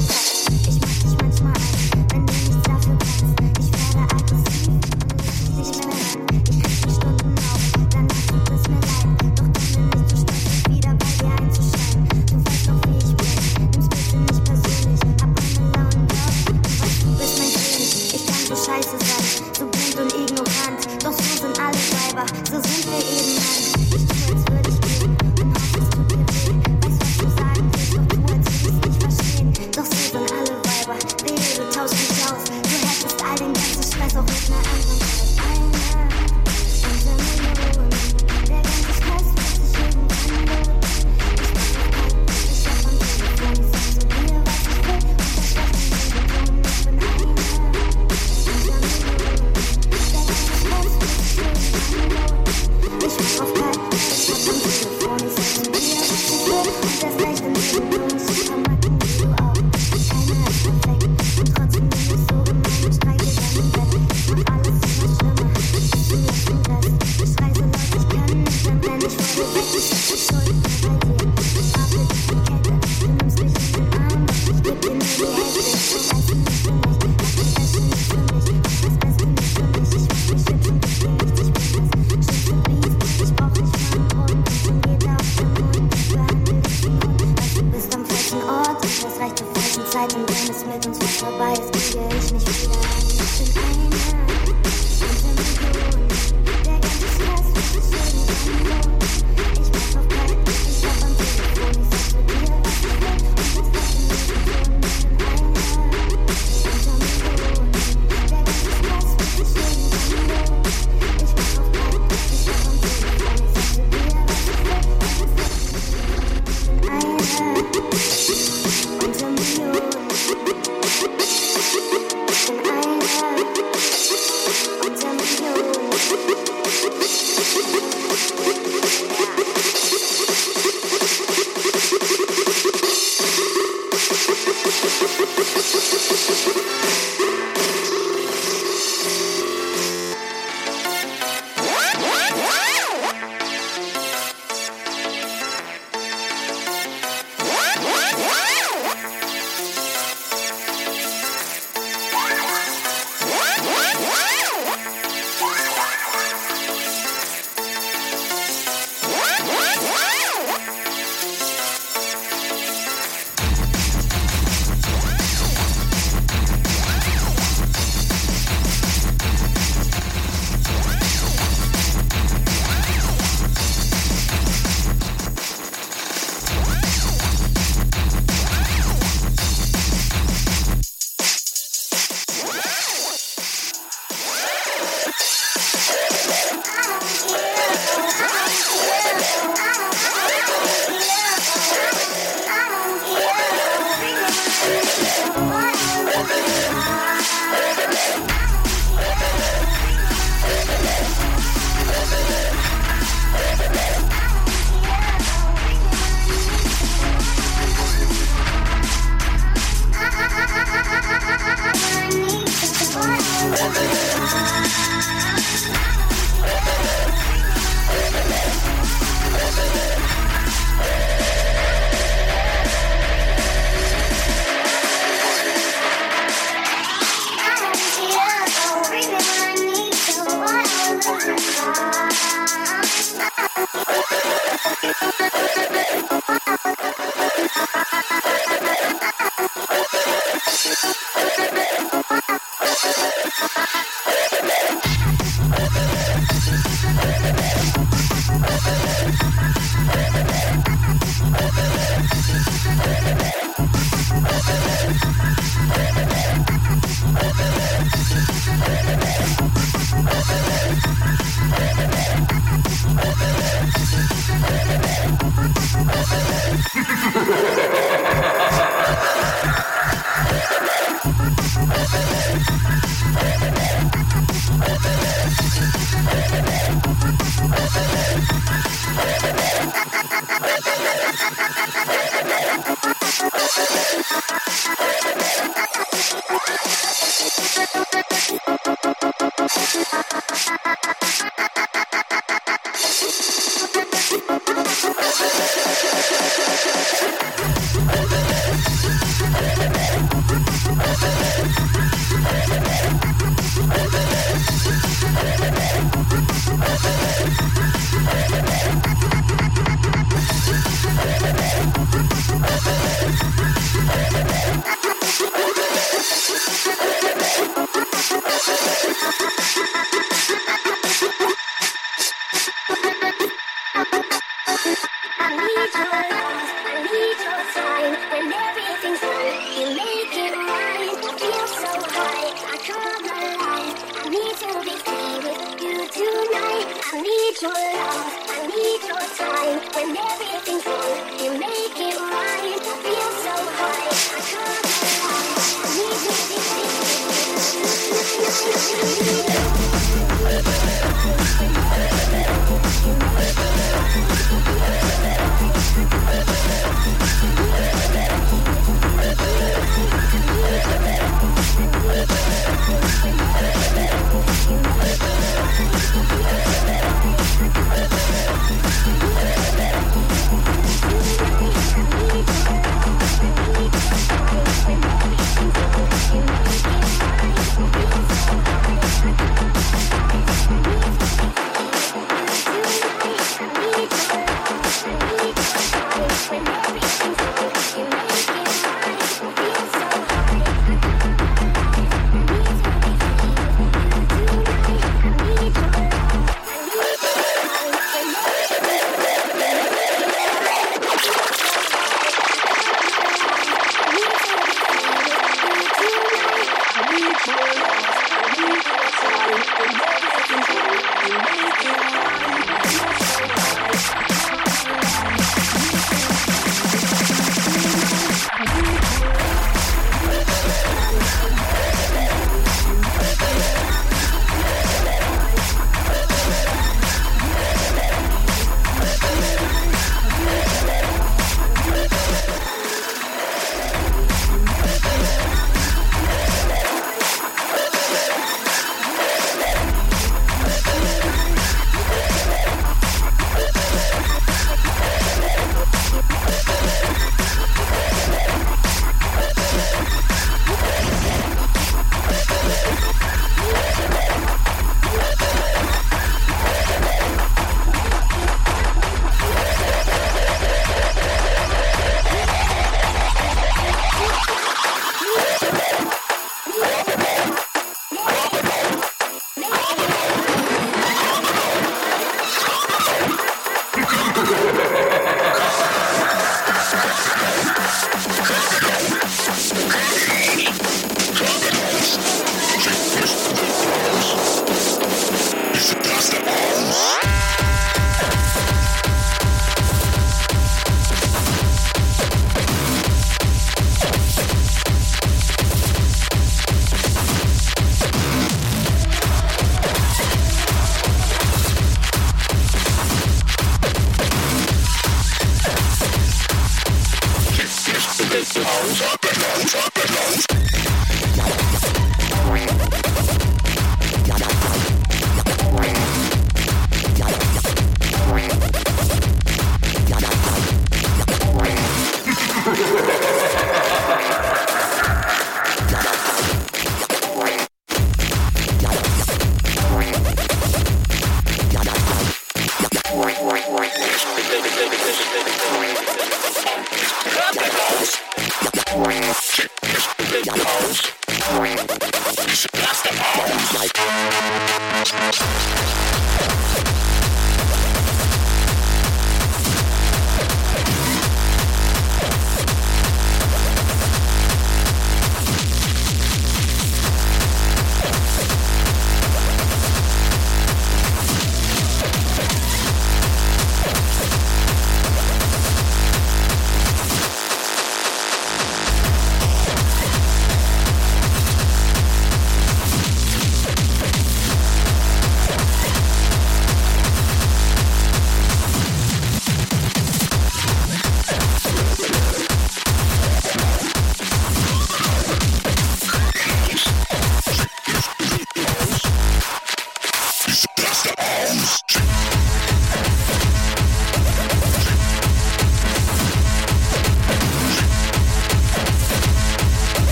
Ich We'll be right back.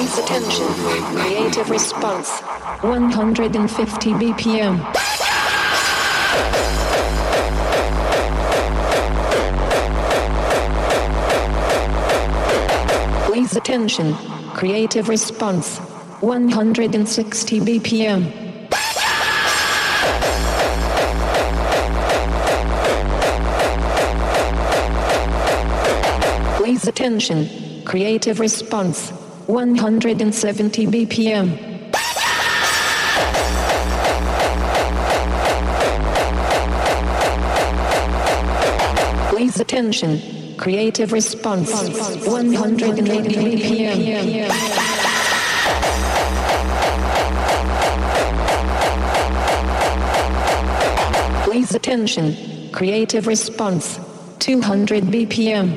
Please attention. Creative response. one hundred fifty B P M. Please attention. Creative response. one hundred sixty B P M. Please attention. Creative response. one hundred seventy B P M. Please attention. Creative response. one hundred eighty B P M. Please attention. Creative response. two hundred B P M.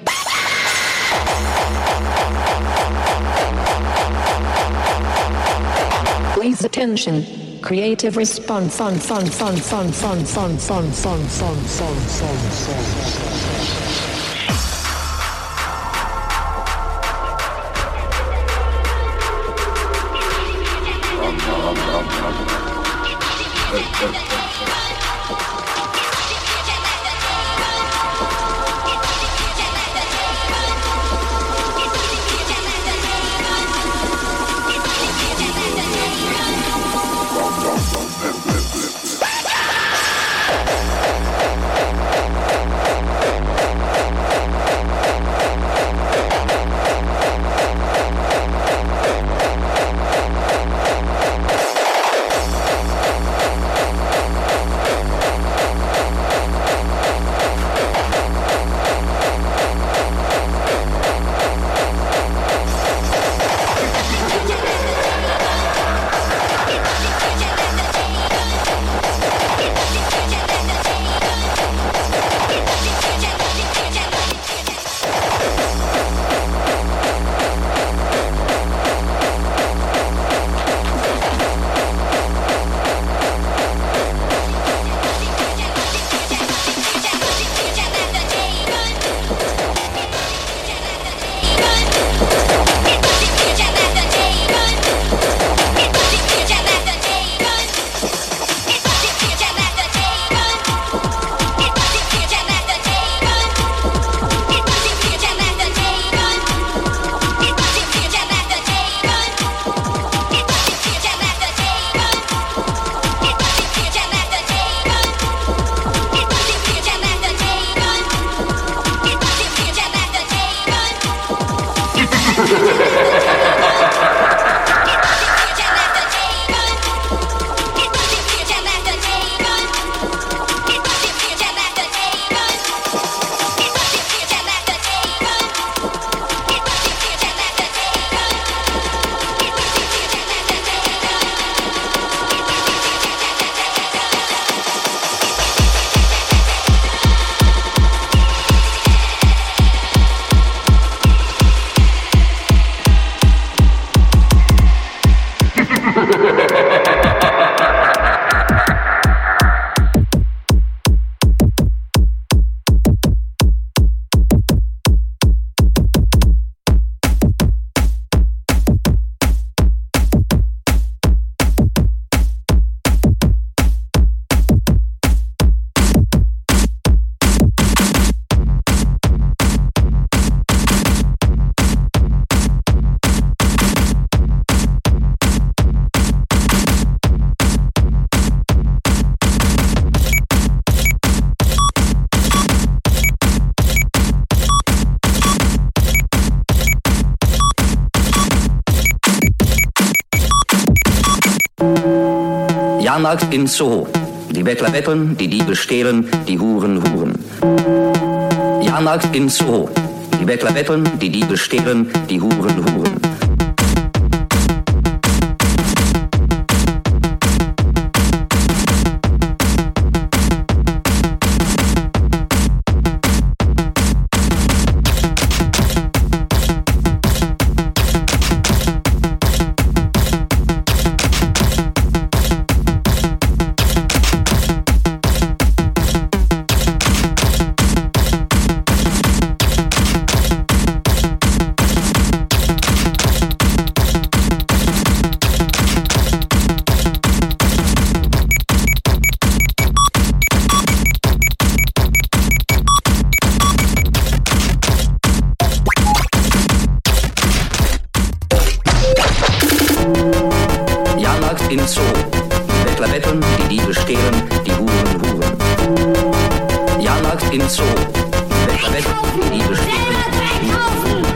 Please attention. Creative response. Fun, fun, fun, fun, fun, fun, fun, fun, fun, fun, fun, fun. Jahrmarkt in Soho. Die Bettler betteln, die Diebe stehlen, die Huren huren. Jahrmarkt in Soho. Die Bettler betteln, die Diebe stehlen, die Huren huren. Jahrmarkt in Zoo. Die Bettler betteln, die Diebe stehlen, die Huren huren. Jahrmarkt in Zoo. Die Bettler betteln, die Diebe stehlen, die Huren huren.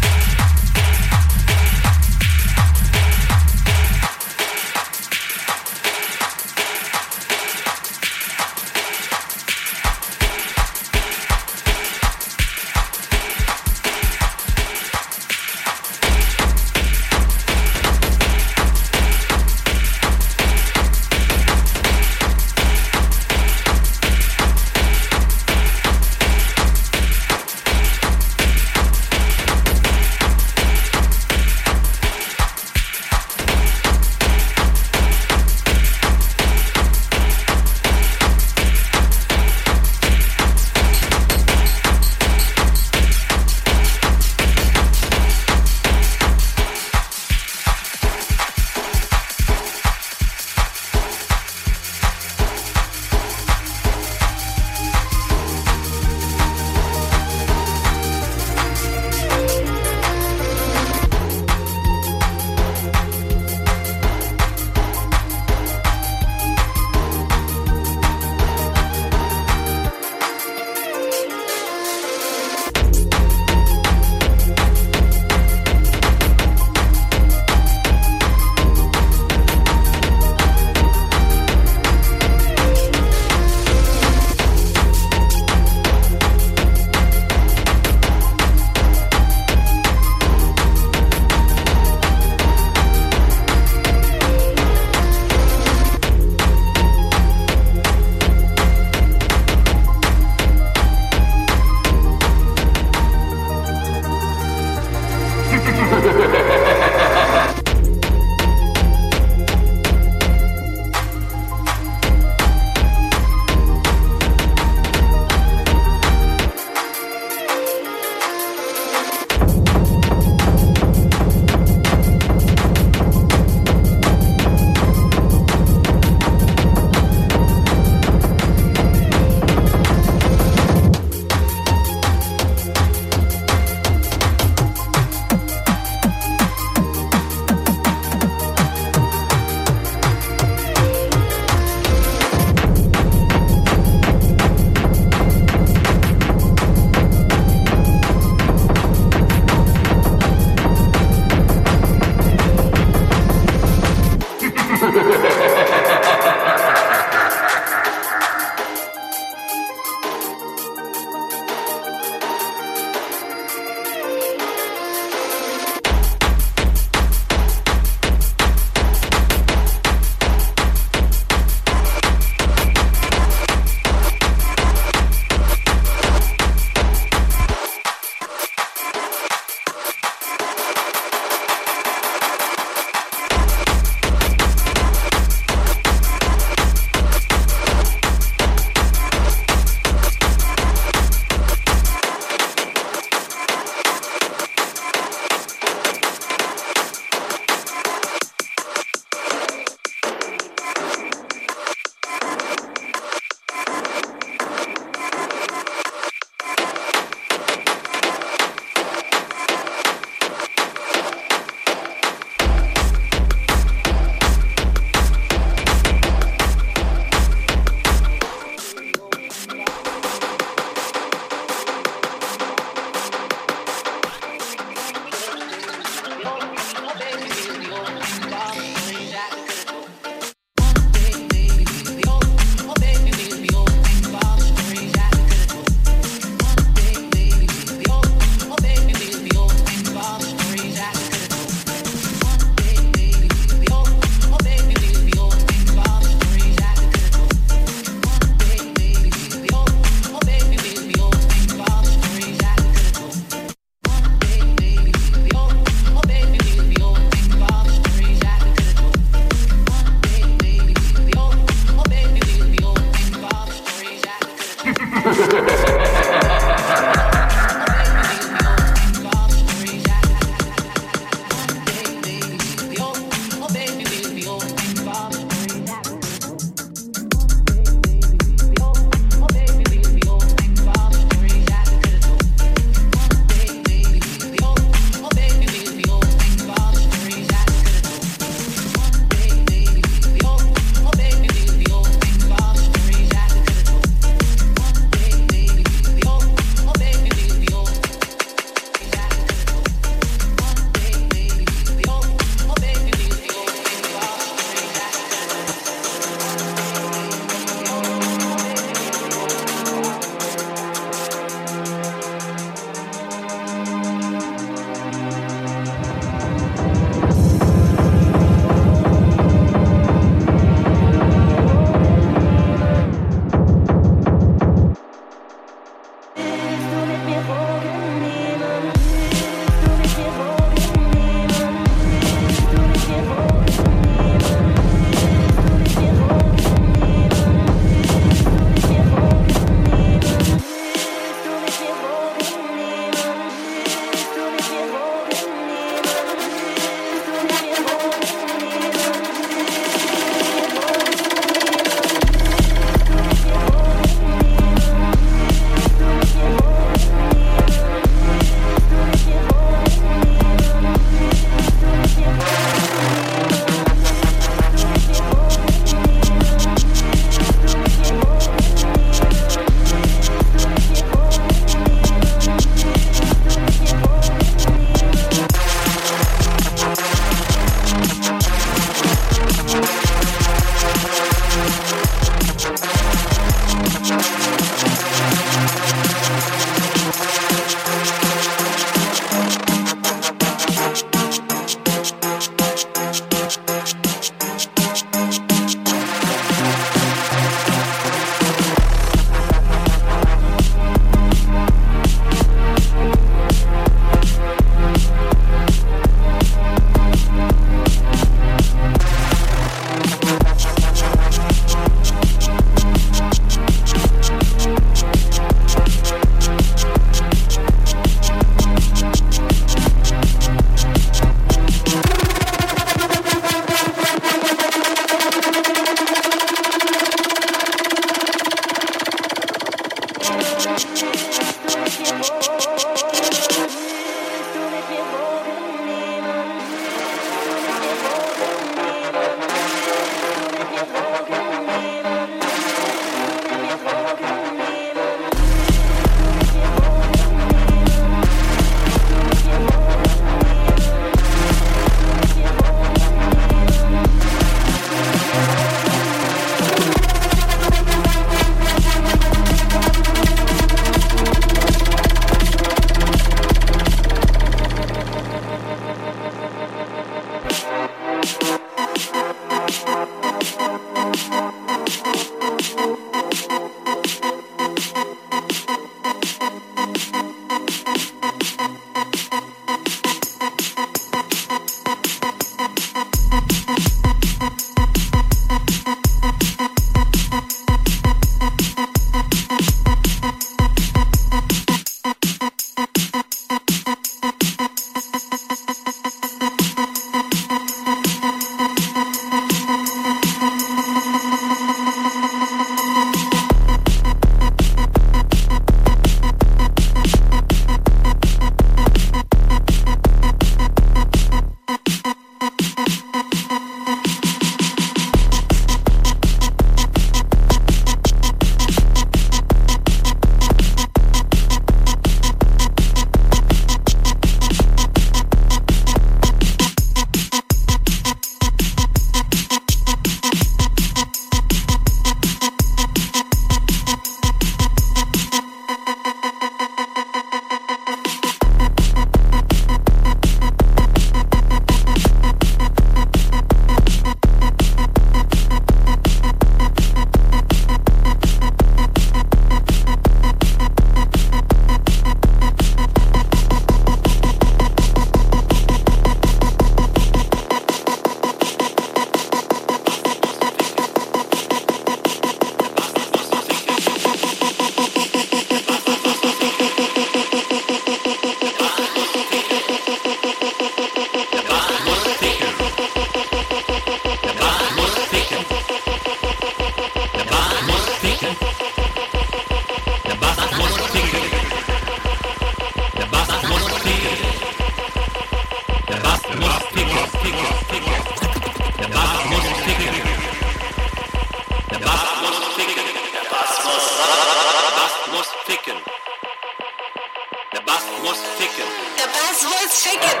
muss ficken.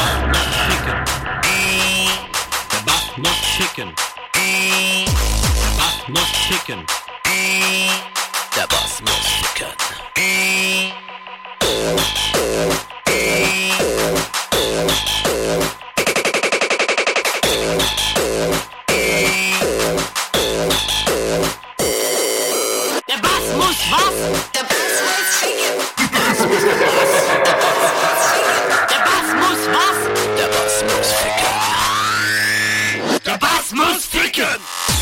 Der Bass muss ficken. Der Bass muss ficken. Der Bass muss ficken. Der Bass muss was? Der Bass muss ficken. Der Bass muss was? Der Bass muss ficken. Der Bass muss ficken.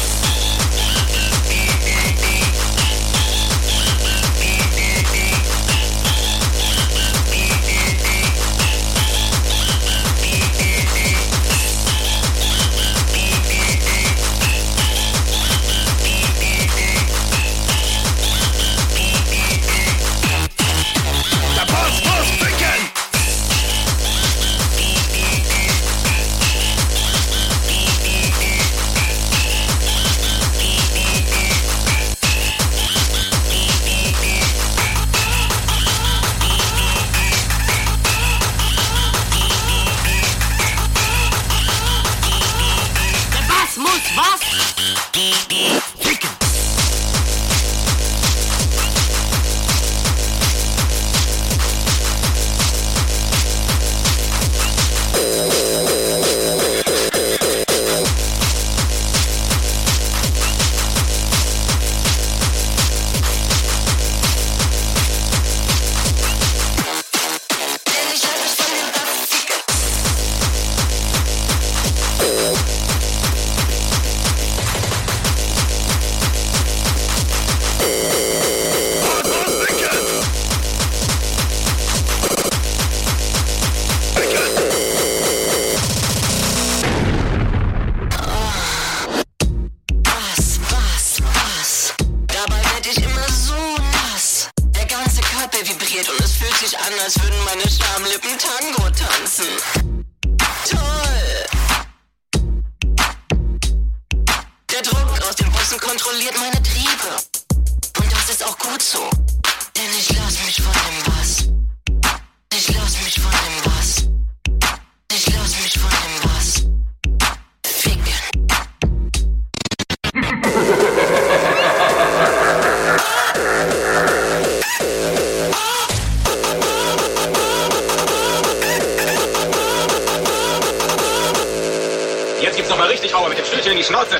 Jetzt gibt's noch mal richtig Aua mit dem Stühlchen in die Schnauze.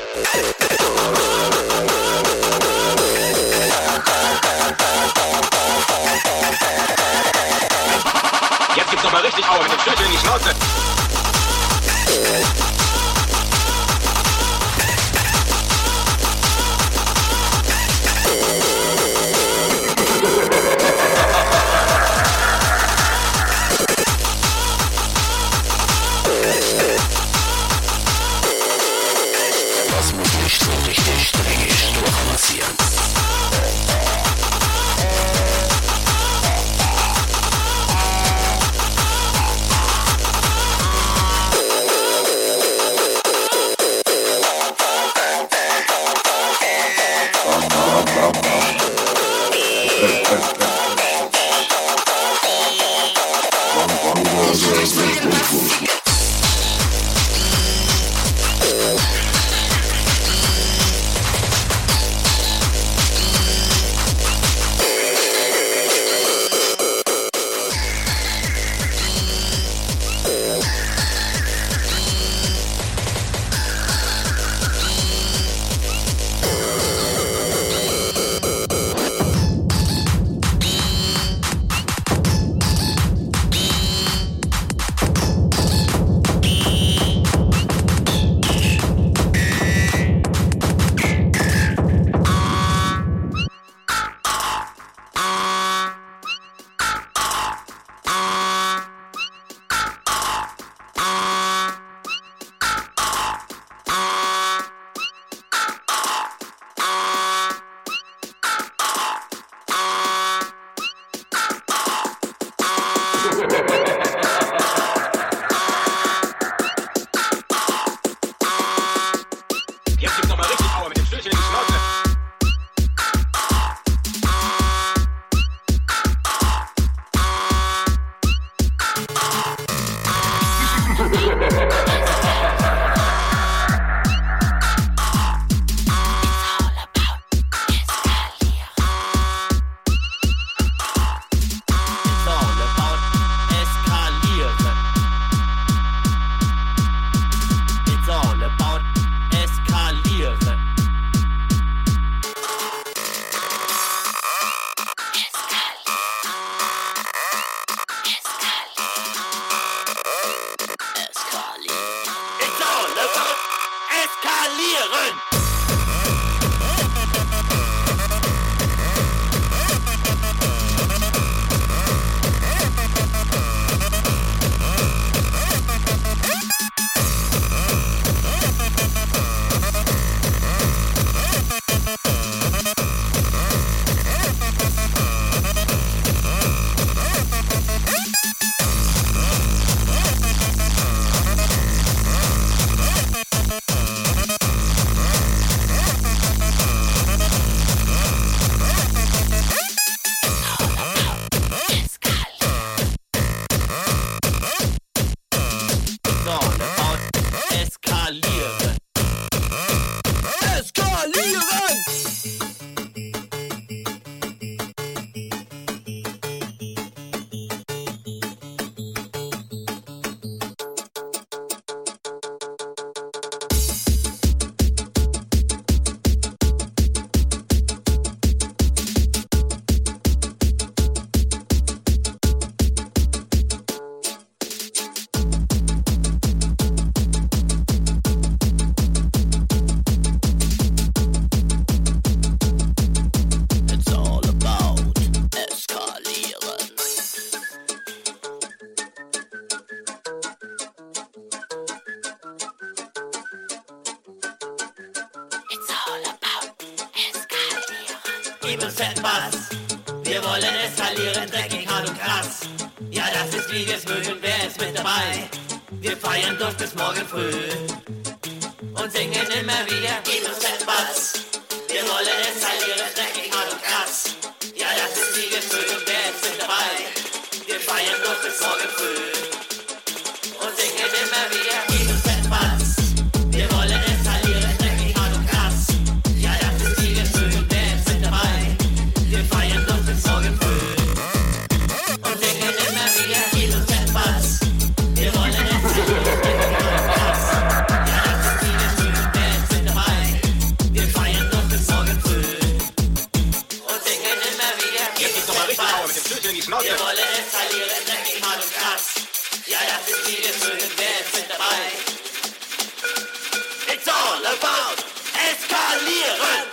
Jetzt gibt's noch mal richtig Aua mit dem Stühlchen in die Schnauze. gib uns fetten Bass. Wir wollen eskalieren, dreckig, hart und krass. Ja, das ist wie wir's mögen, wer ist mit dabei? Wir feiern durch bis morgen früh und singen immer wieder, gib uns fetten Bass. Wir wollen eskalieren, dreckig, hart und krass. Ja, das ist wie wir's mögen, wer ist mit dabei? Wir feiern durch bis morgen früh und singen immer wieder, gib uns fetten Bass. Wir wollen eskalieren, dreckig, hart und krass. Ja, das ist wie wir's mögen, wer ist mit dabei? Wir feiern durch bis morgen früh und singen immer wieder, gib uns fetten Bass. Wir wollen eskalieren, dreckig, hart und krass. Ja, das ist wie wir's mögen, wer ist mit dabei? Wir feiern durch bis morgen früh und singen immer wieder, gib uns fetten Bass. Wir wollen eskalieren, dreckig, hart und krass. Ja, das ist wie wir's mögen, wer ist mit dabei? It's all about eskalieren.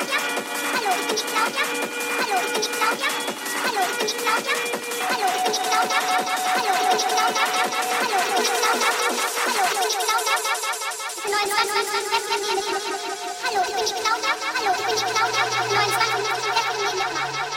Claudia. Hallo, ich bin die Claudia. Hallo, ich bin die Claudia. Hallo, ich bin die Claudia. Hallo, ich bin die Claudia. Hallo, ich bin die Claudia. Hallo, ich bin die Claudia. Hallo, ich bin die Claudia. Ich bin neunundzwanzig. Hallo, ich bin die Claudia. Hallo, ich bin die Claudia. neunundzwanzig.